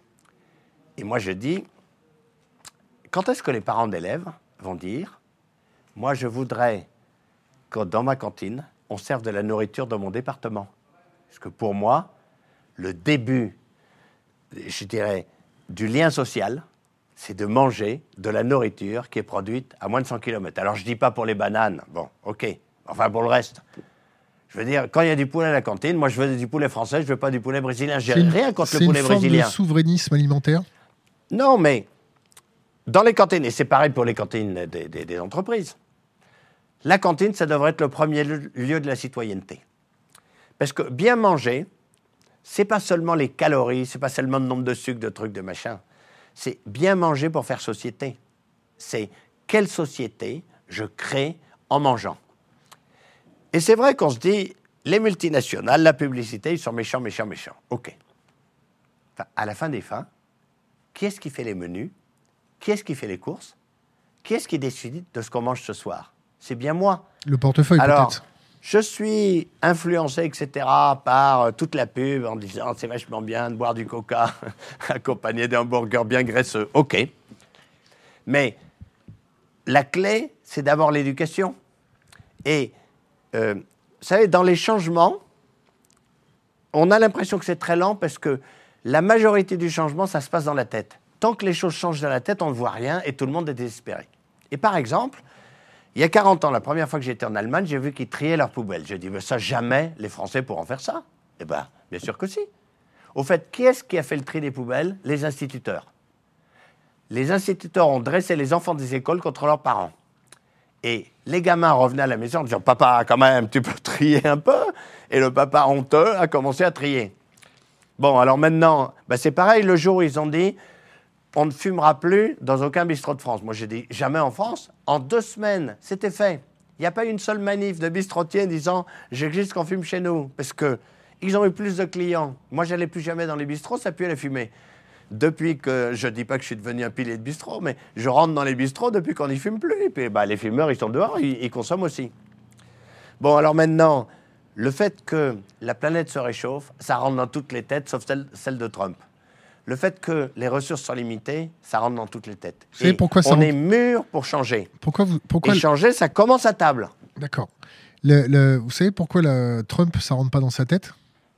Et moi, je dis, quand est-ce que les parents d'élèves vont dire « Moi, je voudrais que dans ma cantine, on serve de la nourriture dans mon département ». Parce que pour moi, le début, je dirais, du lien social, c'est de manger de la nourriture qui est produite à moins de cent kilomètres. Alors, je ne dis pas pour les bananes, bon, OK, enfin pour le reste. Je veux dire, quand il y a du poulet à la cantine, moi, je veux du poulet français, je ne veux pas du poulet brésilien. Je n'ai rien contre le poulet brésilien. C'est une forme de souverainisme alimentaire ? Non, mais dans les cantines, et c'est pareil pour les cantines des, des, des entreprises, la cantine, ça devrait être le premier lieu de la citoyenneté. Parce que bien manger, c'est pas seulement les calories, c'est pas seulement le nombre de sucres, de trucs, de machin. C'est bien manger pour faire société. C'est quelle société je crée en mangeant. Et c'est vrai qu'on se dit, les multinationales, la publicité, ils sont méchants, méchants, méchants. OK. Enfin, à la fin des fins, qui est-ce qui fait les menus ? Qui est-ce qui fait les courses ? Qui est-ce qui décide de ce qu'on mange ce soir ? C'est bien moi. Le portefeuille, Alors, peut-être. Je suis influencé, et cetera, par euh, toute la pub en disant c'est vachement bien de boire du coca accompagné d'un burger bien graisseux. OK. Mais la clé, c'est d'abord l'éducation. Et, euh, vous savez, dans les changements, on a l'impression que c'est très lent parce que la majorité du changement, ça se passe dans la tête. Tant que les choses changent dans la tête, on ne voit rien et tout le monde est désespéré. Et par exemple, il y a quarante ans, la première fois que j'étais en Allemagne, j'ai vu qu'ils triaient leurs poubelles. J'ai dit, mais ça, jamais les Français pourront faire ça. Eh bien, bien sûr que si. Au fait, qui est-ce qui a fait le tri des poubelles ? Les instituteurs. Les instituteurs ont dressé les enfants des écoles contre leurs parents. Et les gamins revenaient à la maison en disant, papa, quand même, tu peux trier un peu ? Et le papa honteux a commencé à trier. Bon, alors maintenant, ben c'est pareil, le jour où ils ont dit, on ne fumera plus dans aucun bistrot de France. Moi, j'ai dit, jamais en France. En deux semaines, c'était fait. Il n'y a pas eu une seule manif de bistrotiers disant, j'existe qu'on fume chez nous. Parce qu'ils ont eu plus de clients. Moi, je n'allais plus jamais dans les bistrots, ça puait la fumée. Depuis que, je ne dis pas que je suis devenu un pilier de bistrot, mais je rentre dans les bistrots depuis qu'on n'y fume plus. Et puis, bah, les fumeurs, ils sont dehors, ils, ils consomment aussi. Bon, alors maintenant, le fait que la planète se réchauffe, ça rentre dans toutes les têtes, sauf celle, celle de Trump. Le fait que les ressources sont limitées, ça rentre dans toutes les têtes. Vous savez pourquoi ça on rentre... est mûr pour changer. Pourquoi vous, pourquoi Et changer, ça commence à table. D'accord. Le, le, vous savez pourquoi la, Trump, ça rentre pas dans sa tête ?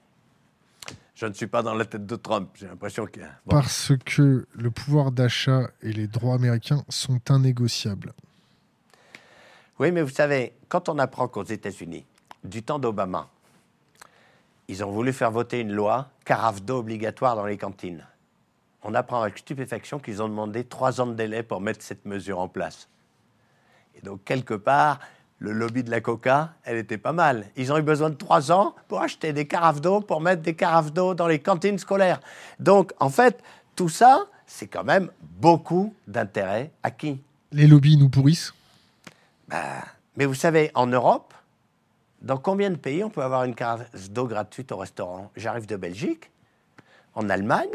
Je ne suis pas dans la tête de Trump. J'ai l'impression que... Bon. Parce que le pouvoir d'achat et les droits américains sont innégociables. Oui, mais vous savez, quand on apprend qu'aux États-Unis, du temps d'Obama, ils ont voulu faire voter une loi carafe d'eau obligatoire dans les cantines. On apprend avec stupéfaction qu'ils ont demandé trois ans de délai pour mettre cette mesure en place. Et donc, quelque part, le lobby de la coca, elle était pas mal. Ils ont eu besoin de trois ans pour acheter des carafes d'eau, pour mettre des carafes d'eau dans les cantines scolaires. Donc, en fait, tout ça, c'est quand même beaucoup d'intérêt acquis. Les lobbies nous pourrissent ? Ben, mais vous savez, en Europe, dans combien de pays on peut avoir une carafe d'eau gratuite au restaurant ? J'arrive de Belgique, en Allemagne,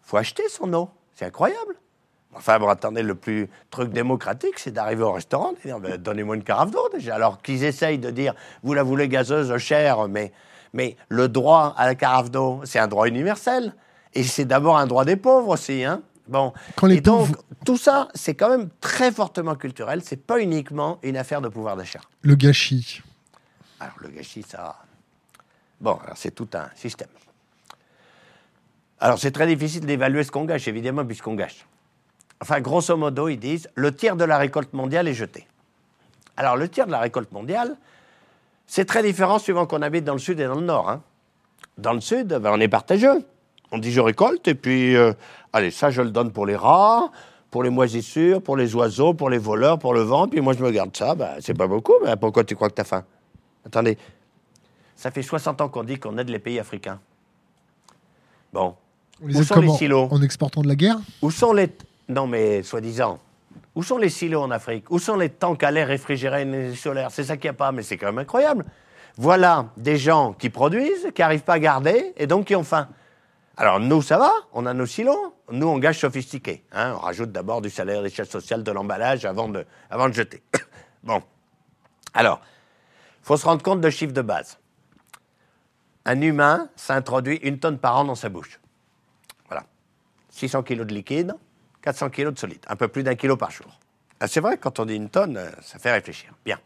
faut acheter son eau. C'est incroyable. Enfin, bon, attendez, le plus truc démocratique, c'est d'arriver au restaurant et de dire, ben, donnez-moi une carafe d'eau déjà. Alors qu'ils essayent de dire, vous la voulez gazeuse, chère, mais, mais le droit à la carafe d'eau, c'est un droit universel. Et c'est d'abord un droit des pauvres aussi. Hein. Bon. Quand les et donc, pauvres... tout ça, c'est quand même très fortement culturel. C'est pas uniquement une affaire de pouvoir d'achat. Le gâchis. Alors, le gâchis, ça... Bon, alors c'est tout un système. Alors, c'est très difficile d'évaluer ce qu'on gâche, évidemment, puisqu'on gâche. Enfin, grosso modo, ils disent, le tiers de la récolte mondiale est jeté. Alors, le tiers de la récolte mondiale, c'est très différent suivant qu'on habite dans le sud et dans le nord. Hein. Dans le sud, ben, on est partageux. On dit, je récolte, et puis, euh, allez, ça, je le donne pour les rats, pour les moisissures, pour les oiseaux, pour les voleurs, pour le vent, puis moi, je me garde ça. Ben, c'est pas beaucoup, mais pourquoi tu crois que t'as faim? Attendez, ça fait soixante ans qu'on dit qu'on aide les pays africains. Bon. On les Où aide sont comment? les silos? En exportant de la guerre? Où sont les... Non, mais soi-disant. Où sont les silos en Afrique? Où sont les tanks à l'air réfrigéré et énergie solaire? C'est ça qu'il n'y a pas, mais c'est quand même incroyable. Voilà des gens qui produisent, qui n'arrivent pas à garder, et donc qui ont faim. Alors nous, ça va, on a nos silos. Nous, on gâche sophistiqué. Hein, on rajoute d'abord du salaire, des charges sociales, de l'emballage avant de, avant de jeter. Bon. Alors, il faut se rendre compte de chiffres de base. Un humain s'introduit une tonne par an dans sa bouche. Voilà. six cents kilos de liquide, quatre cents kilos de solide. Un peu plus d'un kilo par jour. Ah, c'est vrai, quand on dit une tonne, ça fait réfléchir. Bien.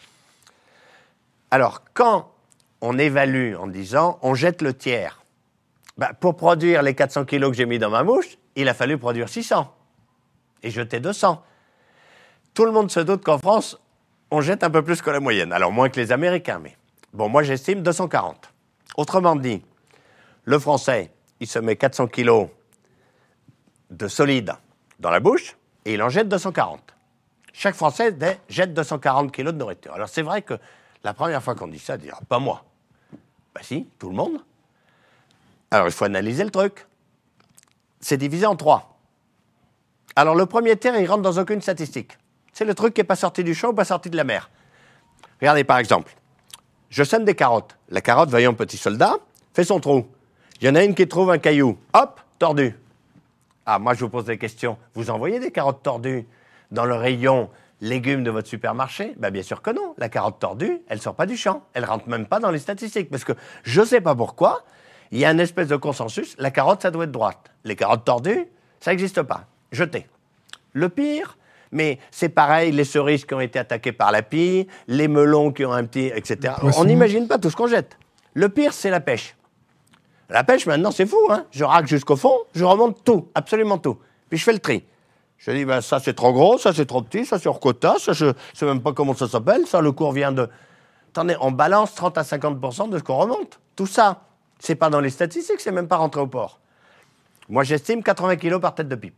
Alors, quand on évalue en disant, on jette le tiers, ben, pour produire les quatre cents kilos que j'ai mis dans ma bouche, il a fallu produire six cents et jeter deux cents. Tout le monde se doute qu'en France, on jette un peu plus que la moyenne. Alors, moins que les Américains, mais... Bon, moi, j'estime deux cent quarante. Autrement dit, le Français, il se met quatre cents kilos de solide dans la bouche et il en jette deux cent quarante. Chaque Français jette deux cent quarante kilos de nourriture. Alors, c'est vrai que la première fois qu'on dit ça, on dit ah, pas moi. Ben si, tout le monde. Alors, il faut analyser le truc. C'est divisé en trois. Alors, le premier tiers, il rentre dans aucune statistique. C'est le truc qui n'est pas sorti du champ ou pas sorti de la mer. Regardez, par exemple, je sème des carottes. La carotte, voyons, petit soldat, fait son trou. Il y en a une qui trouve un caillou. Hop, tordu. Ah, moi, je vous pose des questions. Vous envoyez des carottes tordues dans le rayon légumes de votre supermarché? Ben, bien sûr que non. La carotte tordue, elle ne sort pas du champ. Elle ne rentre même pas dans les statistiques. Parce que je ne sais pas pourquoi, il y a une espèce de consensus. La carotte, ça doit être droite. Les carottes tordues, ça n'existe pas. Jetez. Le pire, mais c'est pareil, les cerises qui ont été attaquées par la pie, les melons qui ont un petit, et cetera. On n'imagine pas tout ce qu'on jette. Le pire, c'est la pêche. La pêche, maintenant, c'est fou. Hein, je racle jusqu'au fond, je remonte tout, absolument tout. Puis je fais le tri. Je dis, ben, ça, c'est trop gros, ça, c'est trop petit, ça, c'est hors quota, ça, je ne sais même pas comment ça s'appelle, ça, le cours vient de... Attendez, on balance trente à cinquante pour cent de ce qu'on remonte. Tout ça, c'est pas dans les statistiques, c'est même pas rentré au port. Moi, j'estime quatre-vingts kilos par tête de pipe.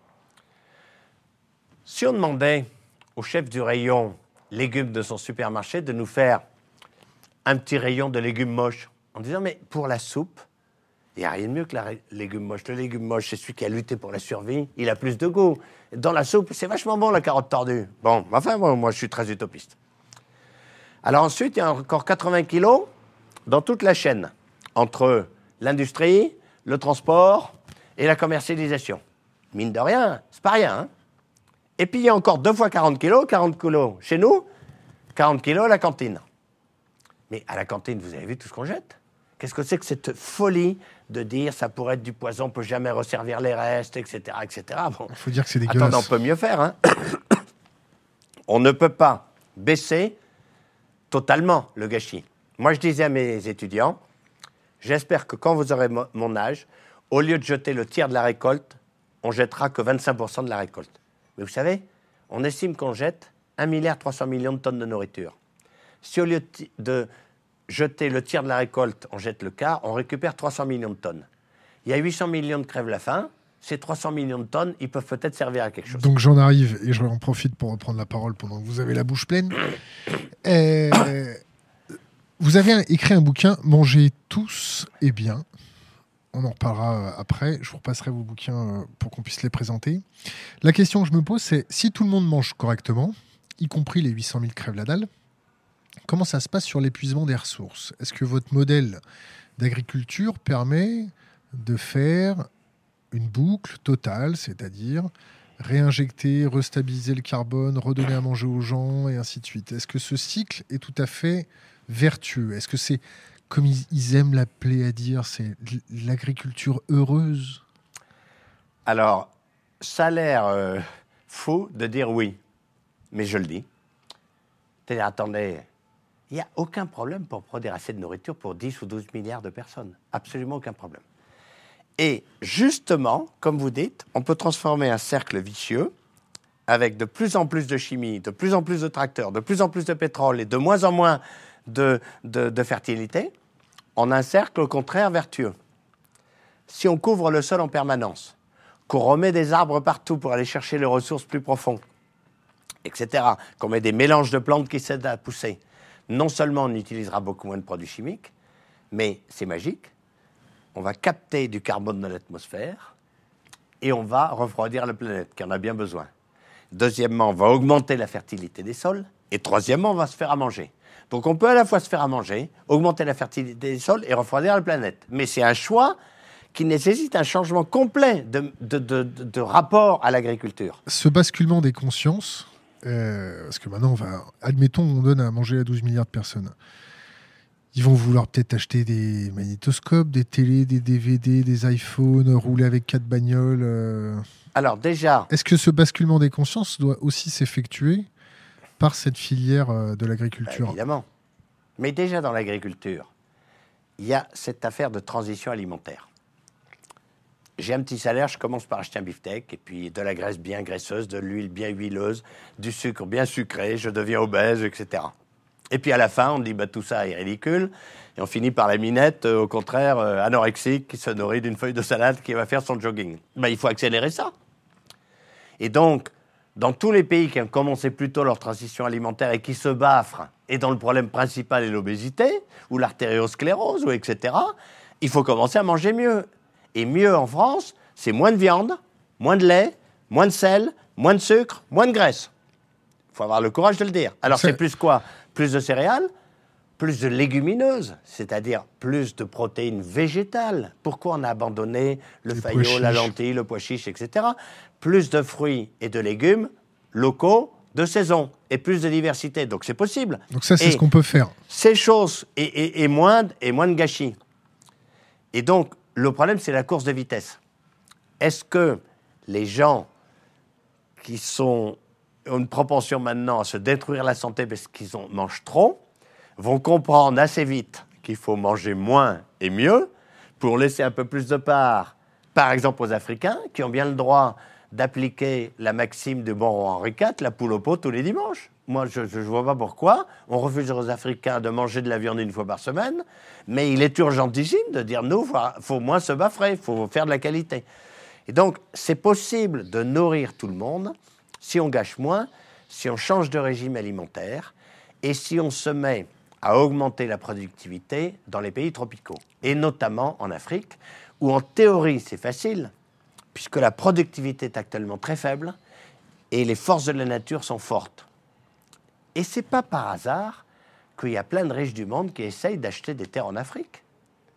Si on demandait au chef du rayon légumes de son supermarché de nous faire un petit rayon de légumes moches, en disant, mais pour la soupe, il n'y a rien de mieux que le légume moche. Le légume moche, c'est celui qui a lutté pour la survie, il a plus de goût. Dans la soupe, c'est vachement bon, la carotte tordue. Bon, enfin, moi, moi je suis très utopiste. Alors ensuite, il y a encore quatre-vingts kilos dans toute la chaîne, entre l'industrie, le transport et la commercialisation. Mine de rien, c'est pas rien, hein. Et puis, il y a encore deux fois quarante kilos, quarante kilos chez nous, quarante kilos à la cantine. Mais à la cantine, vous avez vu tout ce qu'on jette? Qu'est-ce que c'est que cette folie de dire ça pourrait être du poison, on ne peut jamais resservir les restes, et cetera, et cetera. Bon. Il faut dire que c'est dégueulasse. Attends, on peut mieux faire. Hein. On ne peut pas baisser totalement le gâchis. Moi, je disais à mes étudiants, j'espère que quand vous aurez mo- mon âge, au lieu de jeter le tiers de la récolte, on jettera que vingt-cinq pour cent de la récolte. Mais vous savez, on estime qu'on jette un milliard trois cents millions de tonnes de nourriture. Si au lieu de jeter le tiers de la récolte, on jette le quart, on récupère trois cents millions de tonnes. Il y a huit cents millions de crèves la faim. Ces trois cents millions de tonnes, ils peuvent peut-être servir à quelque chose. Donc j'en arrive, et je en profite pour reprendre la parole pendant que vous avez la bouche pleine. Euh, vous avez écrit un bouquin, Mangez tous et bien. On en reparlera après. Je vous repasserai vos bouquins pour qu'on puisse les présenter. La question que je me pose, c'est si tout le monde mange correctement, y compris les huit cent mille crèves la dalle, comment ça se passe sur l'épuisement des ressources? Est-ce que votre modèle d'agriculture permet de faire une boucle totale, c'est-à-dire réinjecter, restabiliser le carbone, redonner à manger aux gens, et ainsi de suite. Est-ce que ce cycle est tout à fait vertueux ? Est-ce que c'est, comme ils, ils aiment l'appeler à dire, c'est l'agriculture heureuse ? Alors, ça a l'air euh, faux de dire oui, mais je le dis. C'est-à-dire, attendez, il n'y a aucun problème pour produire assez de nourriture pour dix ou douze milliards de personnes. Absolument aucun problème. Et justement, comme vous dites, on peut transformer un cercle vicieux avec de plus en plus de chimie, de plus en plus de tracteurs, de plus en plus de pétrole et de moins en moins de, de, de fertilité en un cercle au contraire vertueux. Si on couvre le sol en permanence, qu'on remet des arbres partout pour aller chercher les ressources plus profondes, et cetera, qu'on met des mélanges de plantes qui s'aident à pousser, non seulement on utilisera beaucoup moins de produits chimiques, mais c'est magique, on va capter du carbone dans l'atmosphère et on va refroidir la planète, qui en a bien besoin. Deuxièmement, on va augmenter la fertilité des sols. Et troisièmement, on va se faire à manger. Donc on peut à la fois se faire à manger, augmenter la fertilité des sols et refroidir la planète. Mais c'est un choix qui nécessite un changement complet de, de, de, de, de rapport à l'agriculture. Ce basculement des consciences, euh, parce que maintenant, on va, admettons, on donne à manger à douze milliards de personnes. Ils vont vouloir peut-être acheter des magnétoscopes, des télés, des D V D, des iPhones, rouler avec quatre bagnoles. Euh... Alors déjà... Est-ce que ce basculement des consciences doit aussi s'effectuer par cette filière euh, de l'agriculture ? Bah, évidemment. Mais déjà dans l'agriculture, il y a cette affaire de transition alimentaire. J'ai un petit salaire, je commence par acheter un beefsteak, et puis de la graisse bien graisseuse, de l'huile bien huileuse, du sucre bien sucré, je deviens obèse, et cetera. Et puis à la fin, on dit bah, tout ça est ridicule, et on finit par la minette, euh, au contraire, euh, anorexique, qui se nourrit d'une feuille de salade qui va faire son jogging. Bah, il faut accélérer ça. Et donc, dans tous les pays qui ont commencé plus tôt leur transition alimentaire et qui se baffrent, et dont le problème principal est l'obésité, ou l'artériosclérose, ou et cetera, il faut commencer à manger mieux. Et mieux en France, c'est moins de viande, moins de lait, moins de sel, moins de sucre, moins de graisse. Il faut avoir le courage de le dire. Alors c'est, c'est plus quoi ? Plus de céréales, plus de légumineuses, c'est-à-dire plus de protéines végétales. Pourquoi on a abandonné le faillot, la lentille, le pois chiche, et cetera. Plus de fruits et de légumes locaux, de saison, et plus de diversité. Donc c'est possible. Donc ça, c'est et ce qu'on peut faire. Ces choses, et, et, et, moins, et moins de gâchis. Et donc, le problème, c'est la course de vitesse. Est-ce que les gens qui sont, ont une propension maintenant à se détruire la santé parce qu'ils en mangent trop, vont comprendre assez vite qu'il faut manger moins et mieux pour laisser un peu plus de part, par exemple aux Africains, qui ont bien le droit d'appliquer la maxime de bon roi Henri quatre, la poule au pot tous les dimanches. Moi, je ne vois pas pourquoi on refuse aux Africains de manger de la viande une fois par semaine, mais il est urgentissime de dire, nous, il faut moins se baffrer, il faut faire de la qualité. Et donc, c'est possible de nourrir tout le monde si on gâche moins, si on change de régime alimentaire et si on se met à augmenter la productivité dans les pays tropicaux, et notamment en Afrique, où en théorie, c'est facile, puisque la productivité est actuellement très faible et les forces de la nature sont fortes. Et ce n'est pas par hasard qu'il y a plein de riches du monde qui essayent d'acheter des terres en Afrique.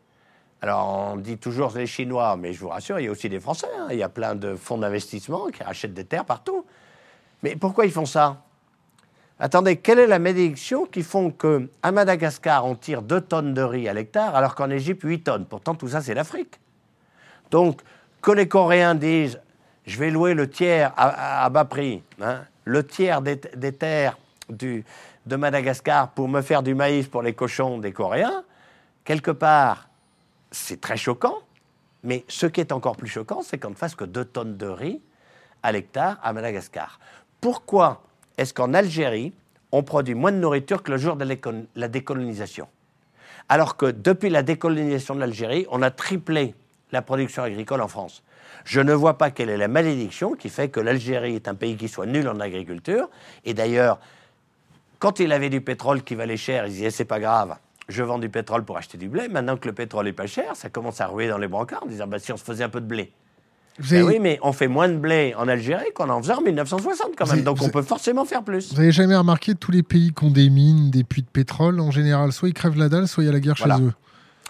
Alors, on dit toujours les Chinois, mais je vous rassure, il y a aussi des Français. Hein. Il y a plein de fonds d'investissement qui achètent des terres partout. Mais pourquoi ils font ça ? Attendez, quelle est la malédiction qui font qu'à Madagascar, on tire deux tonnes de riz à l'hectare, alors qu'en Égypte, huit tonnes ? Pourtant, tout ça, c'est l'Afrique. Donc, que les Coréens disent, je vais louer le tiers à, à, à bas prix, hein, le tiers des, des terres du, de Madagascar pour me faire du maïs pour les cochons des Coréens, quelque part, c'est très choquant, mais ce qui est encore plus choquant, c'est qu'on ne fasse que deux tonnes de riz à l'hectare à Madagascar. Pourquoi est-ce qu'en Algérie, on produit moins de nourriture que le jour de la décolonisation ? Alors que depuis la décolonisation de l'Algérie, on a triplé la production agricole en France. Je ne vois pas quelle est la malédiction qui fait que l'Algérie est un pays qui soit nul en agriculture. Et d'ailleurs, quand il avait du pétrole qui valait cher, il disait « c'est pas grave, je vends du pétrole pour acheter du blé ». Maintenant que le pétrole est pas cher, ça commence à ruer dans les brancards en disant bah, « si on se faisait un peu de blé ». Ben oui, mais on fait moins de blé en Algérie qu'on en faisait en mille neuf cent soixante quand même, avez, donc on avez... peut forcément faire plus. Vous n'avez jamais remarqué tous les pays qui ont des mines, des puits de pétrole, en général, soit ils crèvent la dalle, soit il y a la guerre voilà. chez eux.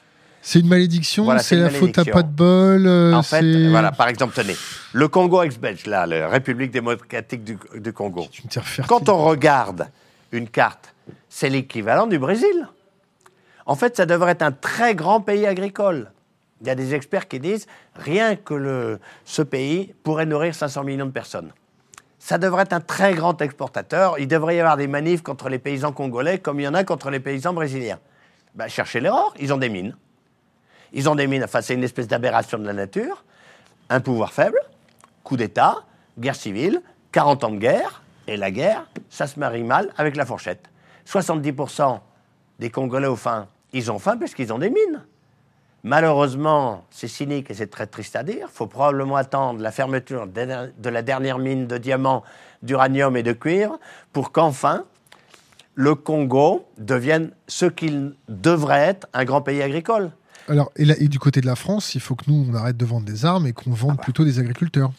C'est une malédiction, voilà, c'est, c'est la faute à pas de bol. Euh, en fait, c'est... voilà, par exemple, tenez, le Congo ex-belge, là, la République démocratique du, du Congo. Quand on regarde une carte, c'est l'équivalent du Brésil. En fait, ça devrait être un très grand pays agricole. Il y a des experts qui disent rien que le, ce pays pourrait nourrir cinq cents millions de personnes. Ça devrait être un très grand exportateur. Il devrait y avoir des manifs contre les paysans congolais comme il y en a contre les paysans brésiliens. Ben, cherchez l'erreur, ils ont des mines. Ils ont des mines, enfin c'est une espèce d'aberration de la nature. Un pouvoir faible, coup d'État, guerre civile, quarante ans de guerre, et la guerre, ça se marie mal avec la fourchette. soixante-dix pour cent des Congolais au faim, ils ont faim parce qu'ils ont des mines. Malheureusement, c'est cynique et c'est très triste à dire, il faut probablement attendre la fermeture de la dernière mine de diamants, d'uranium et de cuivre pour qu'enfin le Congo devienne ce qu'il devrait être, un grand pays agricole. Alors, et, là, et du côté de la France, il faut que nous, on arrête de vendre des armes et qu'on vende ah bah. plutôt des agriculteurs.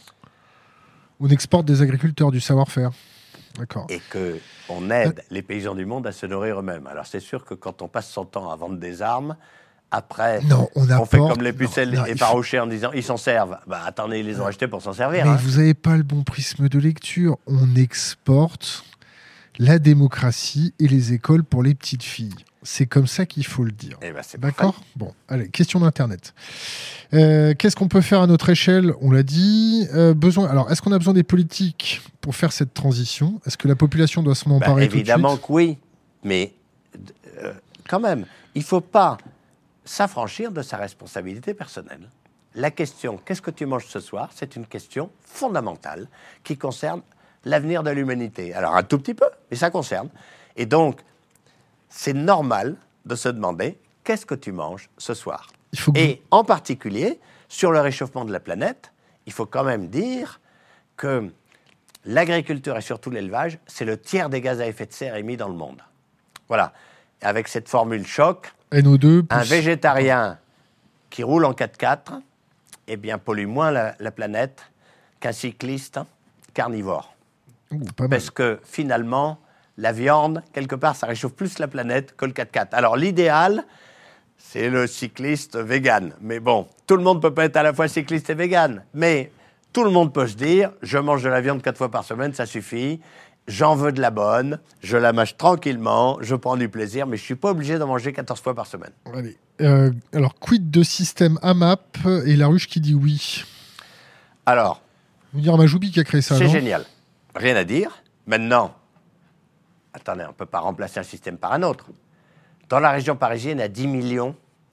On exporte des agriculteurs, du savoir-faire. D'accord. Et qu'on aide euh... les paysans du monde à se nourrir eux-mêmes. Alors, c'est sûr que quand on passe son temps à vendre des armes, après, non, on, apporte... on fait comme les pucelles non, non, effarouchées faut... en disant ils s'en servent. Bah, attendez, ils les ont achetés pour s'en servir. Mais hein. vous n'avez pas le bon prisme de lecture. On exporte la démocratie et les écoles pour les petites filles. C'est comme ça qu'il faut le dire. Eh ben, c'est D'accord ? Bon, allez, question d'Internet. Euh, qu'est-ce qu'on peut faire à notre échelle ? On l'a dit. Euh, besoin... Alors, est-ce qu'on a besoin des politiques pour faire cette transition ? Est-ce que la population doit s'en emparer bah, tout de suite ? Évidemment que oui. Mais euh, quand même, il ne faut pas s'affranchir de sa responsabilité personnelle. La question « Qu'est-ce que tu manges ce soir ?» c'est une question fondamentale qui concerne l'avenir de l'humanité. Alors, un tout petit peu, mais ça concerne. Et donc, c'est normal de se demander « Qu'est-ce que tu manges ce soir ?» Et en particulier, sur le réchauffement de la planète, il faut quand même dire que l'agriculture et surtout l'élevage, c'est le tiers des gaz à effet de serre émis dans le monde. Voilà. Avec cette formule choc, N O deux plus... un végétarien qui roule en quatre-quatre, eh bien, pollue moins la, la planète qu'un cycliste carnivore. Ouh, pas mal. Parce que finalement, la viande, quelque part, ça réchauffe plus la planète que le quatre-quatre. Alors l'idéal, c'est le cycliste vegan. Mais bon, tout le monde ne peut pas être à la fois cycliste et vegan. Mais tout le monde peut se dire, je mange de la viande quatre fois par semaine, ça suffit. J'en veux de la bonne, je la mange tranquillement, je prends du plaisir, mais je ne suis pas obligé d'en manger quatorze fois par semaine. Allez. Euh, alors, quid de système A M A P et La Ruche qui dit oui ? Alors, vous dire Majoubi qui a créé ça, c'est non ? génial. Rien à dire. Maintenant, attendez, on ne peut pas remplacer un système par un autre. Dans la région parisienne, il y a dix millions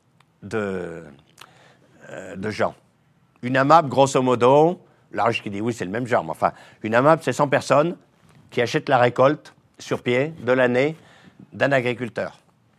de, euh, de gens. Une A M A P, grosso modo, La Ruche qui dit oui, c'est le même genre, mais enfin, une A M A P, c'est cent personnes qui achètent la récolte sur pied de l'année d'un agriculteur.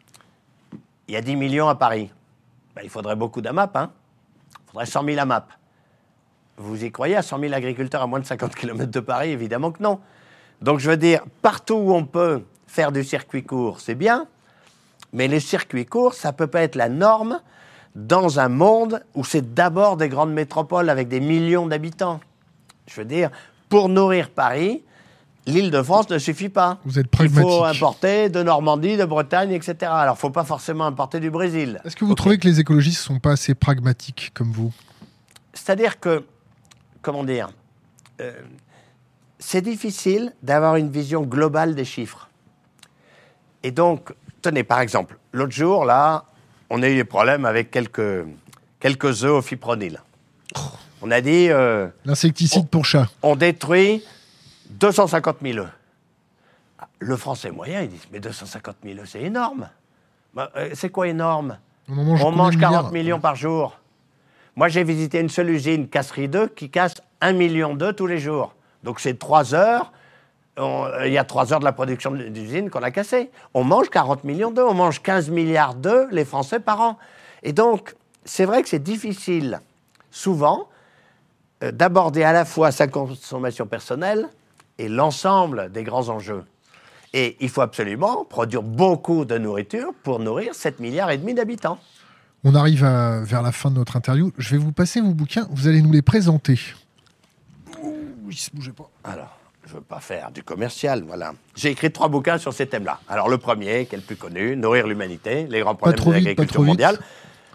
Il y a dix millions à Paris. Ben, il faudrait beaucoup d'A M A P. Hein. Il faudrait cent mille A M A P. Vous y croyez à cent mille agriculteurs à moins de cinquante kilomètres de Paris ? Évidemment que non. Donc je veux dire, partout où on peut faire du circuit court, c'est bien. Mais les circuits courts, ça ne peut pas être la norme dans un monde où c'est d'abord des grandes métropoles avec des millions d'habitants. Je veux dire, pour nourrir Paris, l'Île-de-France ne suffit pas. Vous êtes pragmatique. Il faut importer de Normandie, de Bretagne, et cetera. Alors, il ne faut pas forcément importer du Brésil. Est-ce que vous okay. trouvez que les écologistes ne sont pas assez pragmatiques comme vous ? C'est-à-dire que, comment dire, euh, c'est difficile d'avoir une vision globale des chiffres. Et donc, tenez, par exemple, l'autre jour, là, on a eu des problèmes avec quelques, quelques œufs au fipronil. Oh. On a dit... Euh, L'insecticide on, pour chat. On détruit deux cent cinquante mille œufs. Le Français moyen, il dit, mais deux cent cinquante mille œufs, c'est énorme. Bah, euh, c'est quoi énorme ? On, en mange, on mange quarante millions par jour. Moi, j'ai visité une seule usine, casserie d'œufs, qui casse un million d'œufs tous les jours. Donc, c'est trois heures. On, il y a trois heures de la production d'usine qu'on a cassé. On mange quarante millions d'œufs. On mange quinze milliards d'œufs, les Français, par an. Et donc, c'est vrai que c'est difficile, souvent, euh, d'aborder à la fois sa consommation personnelle et l'ensemble des grands enjeux. Et il faut absolument produire beaucoup de nourriture pour nourrir sept milliards et demi d'habitants. On arrive à, vers la fin de notre interview. Je vais vous passer vos bouquins. Vous allez nous les présenter. Ouh, il ne se bougeait pas. Alors, je ne veux pas faire du commercial, voilà. J'ai écrit trois bouquins sur ces thèmes-là. Alors, le premier, qui est le plus connu, Nourrir l'humanité, les grands problèmes de l'agriculture mondiale.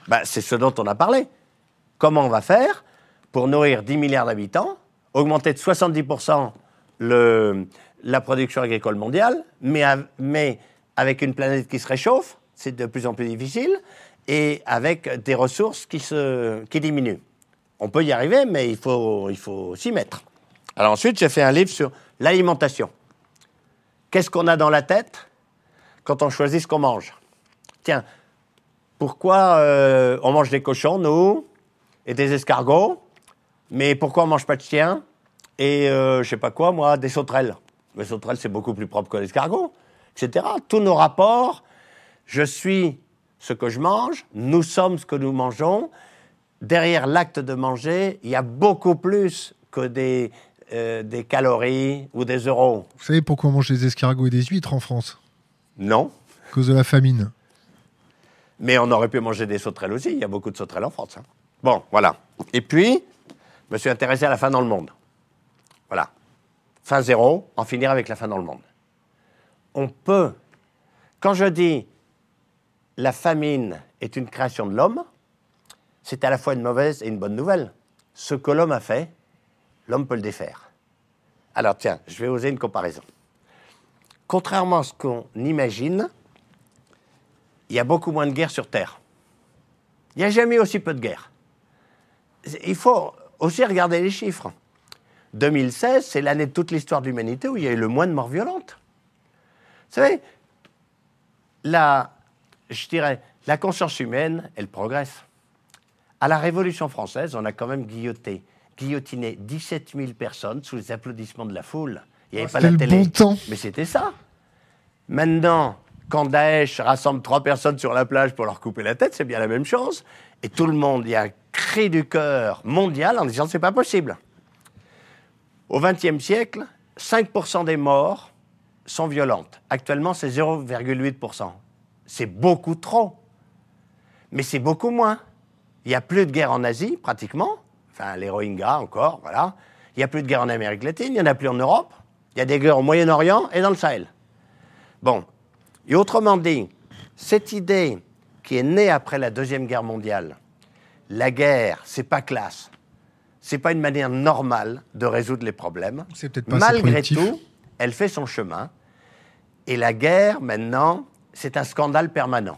Ben, c'est ce dont on a parlé. Comment on va faire pour nourrir dix milliards d'habitants, augmenter de soixante-dix pour cent le, la production agricole mondiale, mais, à, mais avec une planète qui se réchauffe, c'est de plus en plus difficile, et avec des ressources qui, se, qui diminuent. On peut y arriver, mais il faut, il faut s'y mettre. Alors ensuite, j'ai fait un livre sur l'alimentation. Qu'est-ce qu'on a dans la tête quand on choisit ce qu'on mange? Tiens, pourquoi euh, on mange des cochons, nous, et des escargots, mais pourquoi on ne mange pas de chiens et, euh, je sais pas quoi, moi, des sauterelles? Les sauterelles, c'est beaucoup plus propre que l'escargot, et cetera. Tous nos rapports, je suis ce que je mange, nous sommes ce que nous mangeons. Derrière l'acte de manger, il y a beaucoup plus que des, euh, des calories ou des euros. Vous savez pourquoi on mange des escargots et des huîtres en France? Non. À cause de la famine. Mais on aurait pu manger des sauterelles aussi. Il y a beaucoup de sauterelles en France. Hein. Bon, voilà. Et puis, je me suis intéressé à la faim dans le monde. Voilà. Faim zéro, en finir avec la faim dans le monde. On peut, quand je dis la famine est une création de l'homme, c'est à la fois une mauvaise et une bonne nouvelle. Ce que l'homme a fait, l'homme peut le défaire. Alors tiens, je vais oser une comparaison. Contrairement à ce qu'on imagine, il y a beaucoup moins de guerres sur Terre. Il n'y a jamais eu aussi peu de guerres. Il faut aussi regarder les chiffres. deux mille seize, c'est l'année de toute l'histoire de l'humanité où il y a eu le moins de morts violentes. Vous savez, la, je dirais, la conscience humaine, elle progresse. À la Révolution française, on a quand même guilloté, guillotiné dix-sept mille personnes sous les applaudissements de la foule. Il n'y avait Ah, pas la télé. Bon temps. Mais c'était ça. Maintenant, quand Daesh rassemble trois personnes sur la plage pour leur couper la tête, c'est bien la même chose. Et tout le monde, il y a un cri du cœur mondial en disant c'est pas possible. Au vingtième siècle, cinq pour cent des morts sont violentes. Actuellement, c'est zéro virgule huit pour cent. C'est beaucoup trop. Mais c'est beaucoup moins. Il n'y a plus de guerre en Asie, pratiquement. Enfin, les Rohingyas encore, voilà. Il n'y a plus de guerre en Amérique latine, il n'y en a plus en Europe. Il y a des guerres au Moyen-Orient et dans le Sahel. Bon. Et autrement dit, cette idée qui est née après la Deuxième Guerre mondiale, la guerre, c'est pas classe. C'est pas une manière normale de résoudre les problèmes. C'est peut-être pas Malgré assez tout, elle fait son chemin. Et la guerre, maintenant, c'est un scandale permanent.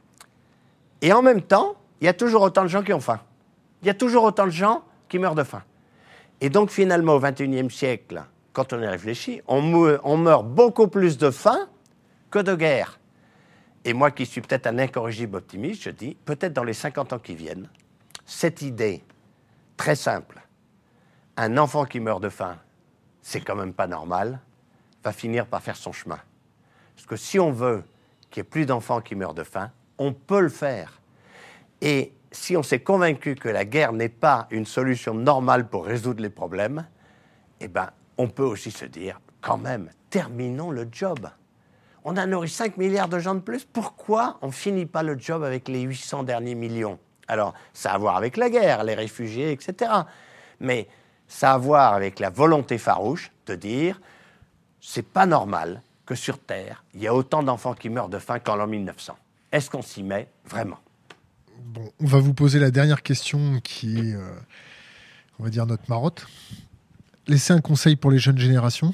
Et en même temps, il y a toujours autant de gens qui ont faim. Il y a toujours autant de gens qui meurent de faim. Et donc, finalement, au vingt et unième siècle, quand on y réfléchit, on, me, on meurt beaucoup plus de faim que de guerre. Et moi, qui suis peut-être un incorrigible optimiste, je dis, peut-être dans les cinquante ans qui viennent, cette idée très simple, un enfant qui meurt de faim, c'est quand même pas normal, va finir par faire son chemin. Parce que si on veut qu'il n'y ait plus d'enfants qui meurent de faim, on peut le faire. Et si on s'est convaincu que la guerre n'est pas une solution normale pour résoudre les problèmes, eh ben, on peut aussi se dire, quand même, terminons le job. On a nourri cinq milliards de gens de plus. Pourquoi on ne finit pas le job avec les huit cents derniers millions? Alors, ça a à voir avec la guerre, les réfugiés, et cetera. Mais ça a à voir avec la volonté farouche de dire, c'est pas normal que sur Terre, il y a autant d'enfants qui meurent de faim qu'en l'an mille neuf cents. Est-ce qu'on s'y met vraiment? Bon, on va vous poser la dernière question qui est, euh, on va dire, notre marotte. Laissez un conseil pour les jeunes générations.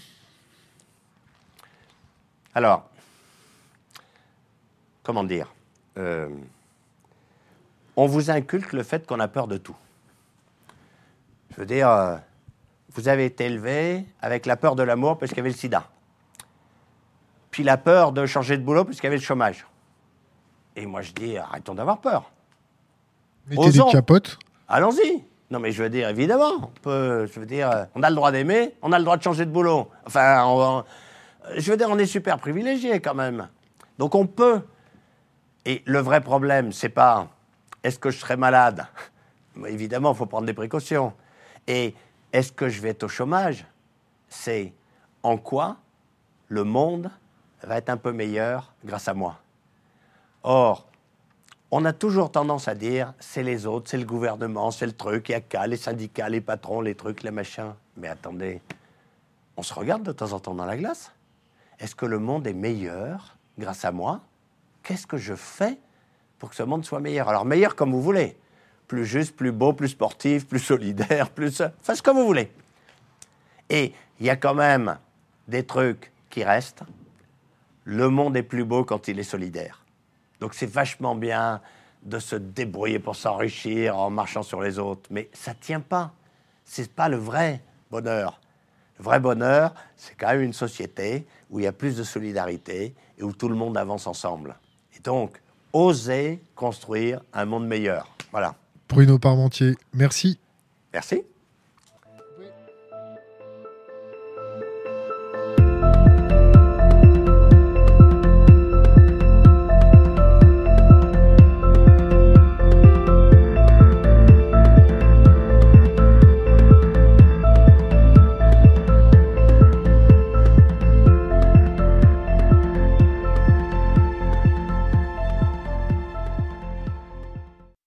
Alors, comment dire euh, on vous inculque le fait qu'on a peur de tout. Je veux dire, euh, vous avez été élevé avec la peur de l'amour parce qu'il y avait le sida. Puis la peur de changer de boulot parce qu'il y avait le chômage. Et moi, je dis, arrêtons d'avoir peur. Mettez des capotes. Allons-y. Non, mais je veux dire, évidemment, on peut, je veux dire, on a le droit d'aimer, on a le droit de changer de boulot. Enfin, on, on, je veux dire, on est super privilégiés quand même. Donc on peut. Et le vrai problème, c'est pas est-ce que je serai malade? Évidemment, il faut prendre des précautions. Et est-ce que je vais être au chômage? C'est en quoi le monde va être un peu meilleur grâce à moi. Or, on a toujours tendance à dire c'est les autres, c'est le gouvernement, c'est le truc, il y a qu'à, les syndicats, les patrons, les trucs, les machins. Mais attendez, on se regarde de temps en temps dans la glace. Est-ce que le monde est meilleur grâce à moi? Qu'est-ce que je fais pour que ce monde soit meilleur. Alors meilleur comme vous voulez. Plus juste, plus beau, plus sportif, plus solidaire, plus... Enfin, ce que vous voulez. Et il y a quand même des trucs qui restent. Le monde est plus beau quand il est solidaire. Donc c'est vachement bien de se débrouiller pour s'enrichir en marchant sur les autres. Mais ça ne tient pas. Ce n'est pas le vrai bonheur. Le vrai bonheur, c'est quand même une société où il y a plus de solidarité et où tout le monde avance ensemble. Et donc, oser construire un monde meilleur. Voilà. Bruno Parmentier, merci. Merci.